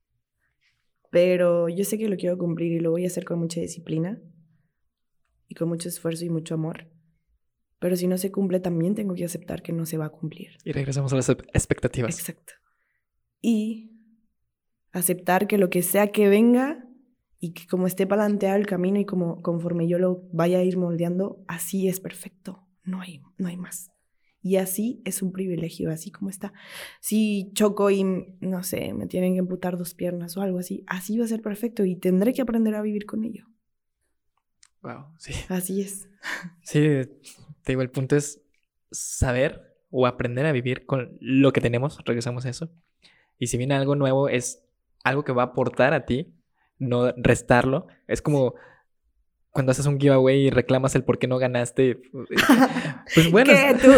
pero yo sé que lo quiero cumplir y lo voy a hacer con mucha disciplina y con mucho esfuerzo y mucho amor. Pero si no se cumple, también tengo que aceptar que no se va a cumplir. Y regresamos a las expectativas. Exacto. Y aceptar que lo que sea que venga y que como esté planteado el camino y conforme yo lo vaya a ir moldeando, así es perfecto. No hay más. Y así es un privilegio, así como está. Si choco y, no sé, me tienen que amputar 2 piernas o algo así, así va a ser perfecto y tendré que aprender a vivir con ello. Wow, sí. Así es. Sí, te digo, el punto es saber o aprender a vivir con lo que tenemos, regresamos a eso. Y si viene algo nuevo, es algo que va a aportar a ti, no restarlo. Es como cuando haces un giveaway y reclamas el por qué no ganaste. Pues bueno. ¿Qué tú?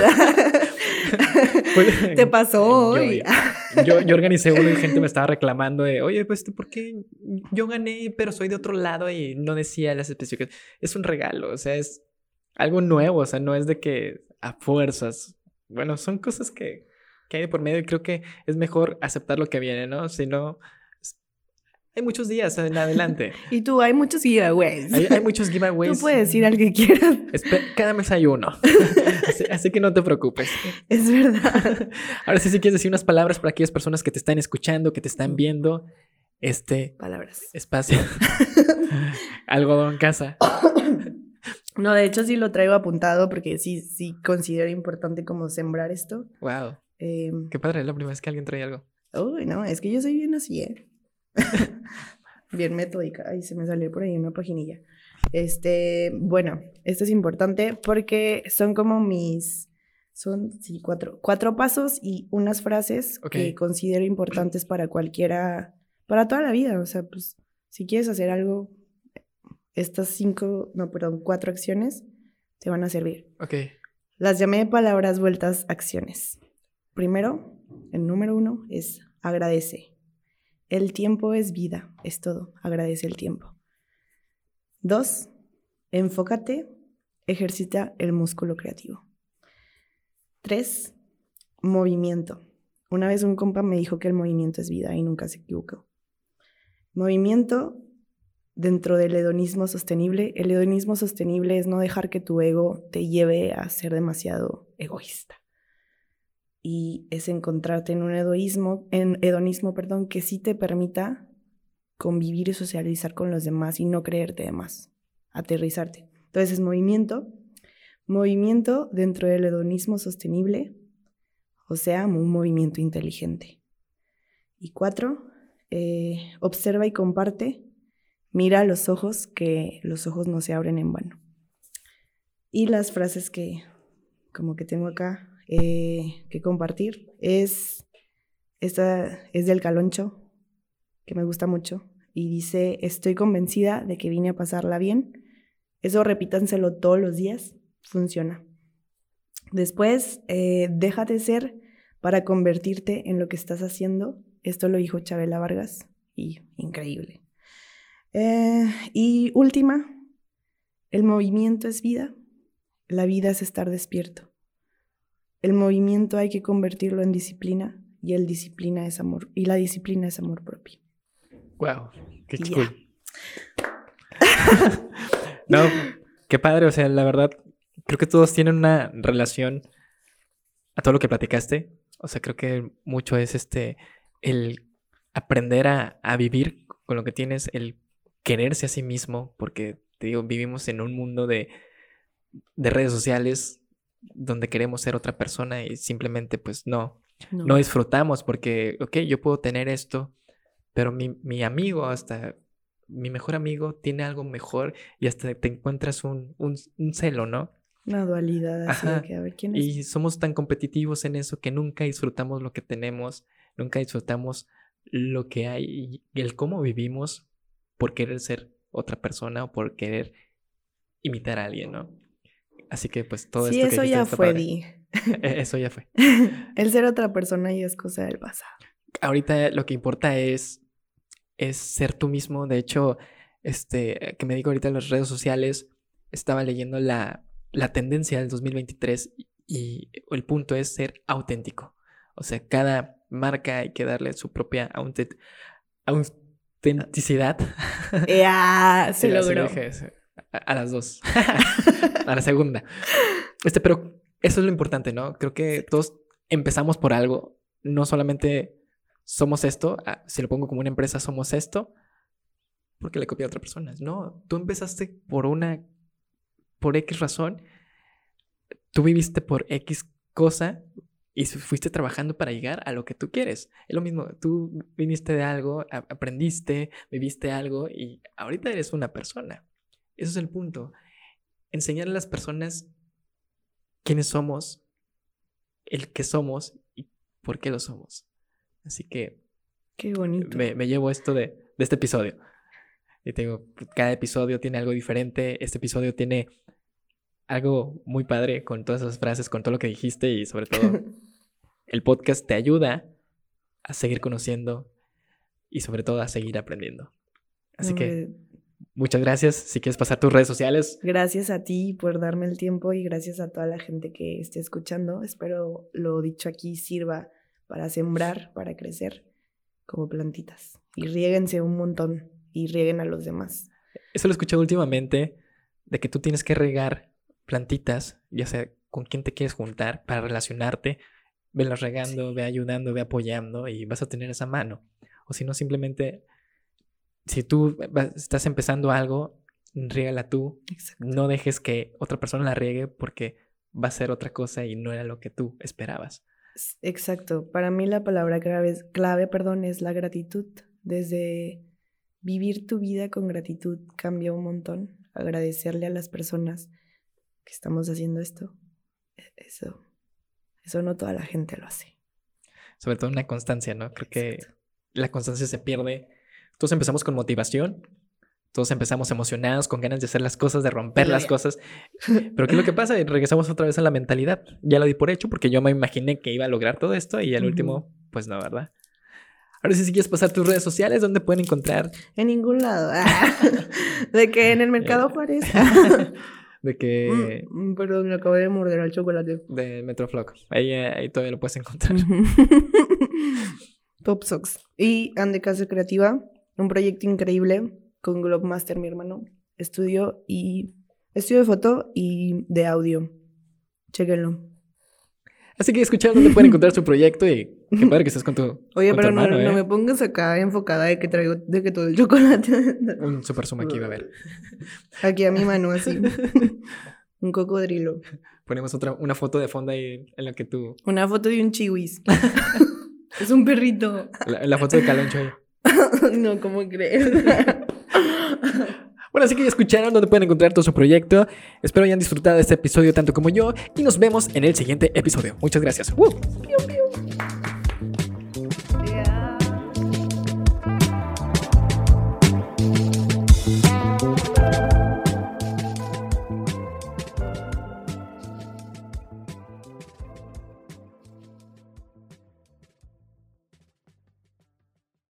¿Te pasó hoy? Yo organicé uno y gente me estaba reclamando de, oye, pues, ¿por qué yo gané, pero soy de otro lado y no decía las especificaciones? Es un regalo, o sea, es algo nuevo, o sea, no es de que a fuerzas. Bueno, son cosas que hay de por medio y creo que es mejor aceptar lo que viene, ¿no? Si no, hay muchos días en adelante. Y tú, hay muchos giveaways. Hay muchos giveaways. Tú puedes ir al que quieras. Cada mes hay uno. Así que no te preocupes. Es verdad. Ahora sí, si quieres decir unas palabras para aquellas personas que te están escuchando, que te están viendo. Palabras. Espacio. Algodón casa. No, de hecho sí lo traigo apuntado porque sí considero importante como sembrar esto. Wow. Qué padre, es la primera vez que alguien trae algo. Uy, no, es que yo soy bien así, bien metódica. Ay, se me salió por ahí una paginilla. Bueno, esto es importante porque son como son 4 pasos y unas frases que considero importantes para para toda la vida. O sea, pues, si quieres hacer algo, estas 4 acciones te van a servir. Ok. Las llamé palabras vueltas acciones. Primero, el número 1 es agradece. El tiempo es vida, es todo. Agradece el tiempo. 2, enfócate, ejercita el músculo creativo. 3, movimiento. Una vez un compa me dijo que el movimiento es vida y nunca se equivocó. Movimiento dentro del hedonismo sostenible. El hedonismo sostenible es no dejar que tu ego te lleve a ser demasiado egoísta. Y es encontrarte en un hedonismo, que sí te permita convivir y socializar con los demás y no creerte de más, aterrizarte. Entonces es movimiento dentro del hedonismo sostenible, o sea, un movimiento inteligente. Y 4, observa y comparte, mira a los ojos, que los ojos no se abren en vano. Y las frases que como que tengo acá que compartir esta es del Caloncho, que me gusta mucho, y dice: estoy convencida de que vine a pasarla bien. Eso repítanselo todos los días, funciona. Después, déjate ser para convertirte en lo que estás haciendo. Esto lo dijo Chabela Vargas, y increíble. Y última, el movimiento es vida, la vida es estar despierto. El movimiento hay que convertirlo en disciplina, y la disciplina es amor propio. Wow, qué cool. No, qué padre, o sea, la verdad, creo que todos tienen una relación a todo lo que platicaste. O sea, creo que mucho es el aprender a vivir con lo que tienes, el quererse a sí mismo, porque te digo, vivimos en un mundo de redes sociales donde queremos ser otra persona y simplemente pues no disfrutamos, porque, ok, yo puedo tener esto, pero mi amigo, hasta mi mejor amigo tiene algo mejor y hasta te encuentras un celo, ¿no? Una dualidad así. Ajá. De que a ver quién es. Y somos tan competitivos en eso que nunca disfrutamos lo que tenemos, nunca disfrutamos lo que hay y el cómo vivimos por querer ser otra persona o por querer imitar a alguien, ¿no? Así que pues todo sí, esto que eso ya fue, eso ya fue. El ser otra persona ya es cosa del pasado. Ahorita lo que importa es ser tú mismo. De hecho, que me digo ahorita en las redes sociales, estaba leyendo la tendencia del 2023 y el punto es ser auténtico. O sea, cada marca hay que darle su propia autenticidad. Ya, se logró. A las dos. A la segunda. Pero eso es lo importante, ¿no? Creo que todos empezamos por algo. No solamente somos esto, si lo pongo como una empresa, somos esto, porque le copié a otra persona. No, tú empezaste por X razón, tú viviste por X cosa y fuiste trabajando para llegar a lo que tú quieres. Es lo mismo, tú viniste de algo, aprendiste, viviste algo y ahorita eres una persona. Eso es el punto. Enseñar a las personas quiénes somos, el qué somos y por qué lo somos. Así que qué bonito. Me llevo esto de este episodio. Y te digo, cada episodio tiene algo diferente. Este episodio tiene algo muy padre con todas esas frases, con todo lo que dijiste y sobre todo el podcast te ayuda a seguir conociendo y sobre todo a seguir aprendiendo. Así que muchas gracias. Si quieres pasar tus redes sociales. Gracias a ti por darme el tiempo y gracias a toda la gente que esté escuchando. Espero lo dicho aquí sirva para sembrar, para crecer como plantitas. Y riéguense un montón y rieguen a los demás. Eso lo he escuchado últimamente, de que tú tienes que regar plantitas, ya sea con quién te quieres juntar para relacionarte. Velas regando, ve ayudando, ve apoyando y vas a tener esa mano. O si no, simplemente, si tú estás empezando algo, riégala tú. Exacto. No dejes que otra persona la riegue porque va a ser otra cosa y no era lo que tú esperabas. Exacto. Para mí la palabra clave es la gratitud. Desde vivir tu vida con gratitud cambia un montón. Agradecerle a las personas que estamos haciendo esto. Eso no toda la gente lo hace. Sobre todo una constancia, ¿no? Creo que la constancia se pierde. Todos empezamos con motivación. Todos empezamos emocionados, con ganas de hacer las cosas, de romper las cosas. Pero ¿qué es lo que pasa? Regresamos otra vez a la mentalidad. Ya lo di por hecho porque yo me imaginé que iba a lograr todo esto y al último, pues no, ¿verdad? Ahora sí, si quieres pasar tus redes sociales, ¿dónde pueden encontrar? En ningún lado. ¿De qué? ¿En el Mercado Juárez? De que... Perdón, me acabo de morder al chocolate. De Metroflog. Ahí todavía lo puedes encontrar. Pop Socks. Y Ande Casa Creativa, un proyecto increíble con Globemaster, mi hermano. Estudio de foto y de audio. Chéquenlo. Así que escucharon dónde pueden encontrar su proyecto y qué padre que estés con tu Oye, con pero tu hermano, no me pongas acá enfocada de que todo el chocolate. Un super zoom aquí, va a ver. Aquí a mi mano, así. Un cocodrilo. Ponemos una foto de fondo ahí en la que tú... Una foto de un chihuis. Es un perrito. La foto de Caloncho ahí. No, ¿cómo crees? Bueno, así que ya escucharon dónde pueden encontrar todo su proyecto. Espero hayan disfrutado de este episodio tanto como yo y nos vemos en el siguiente episodio. Muchas gracias. Piu, piu.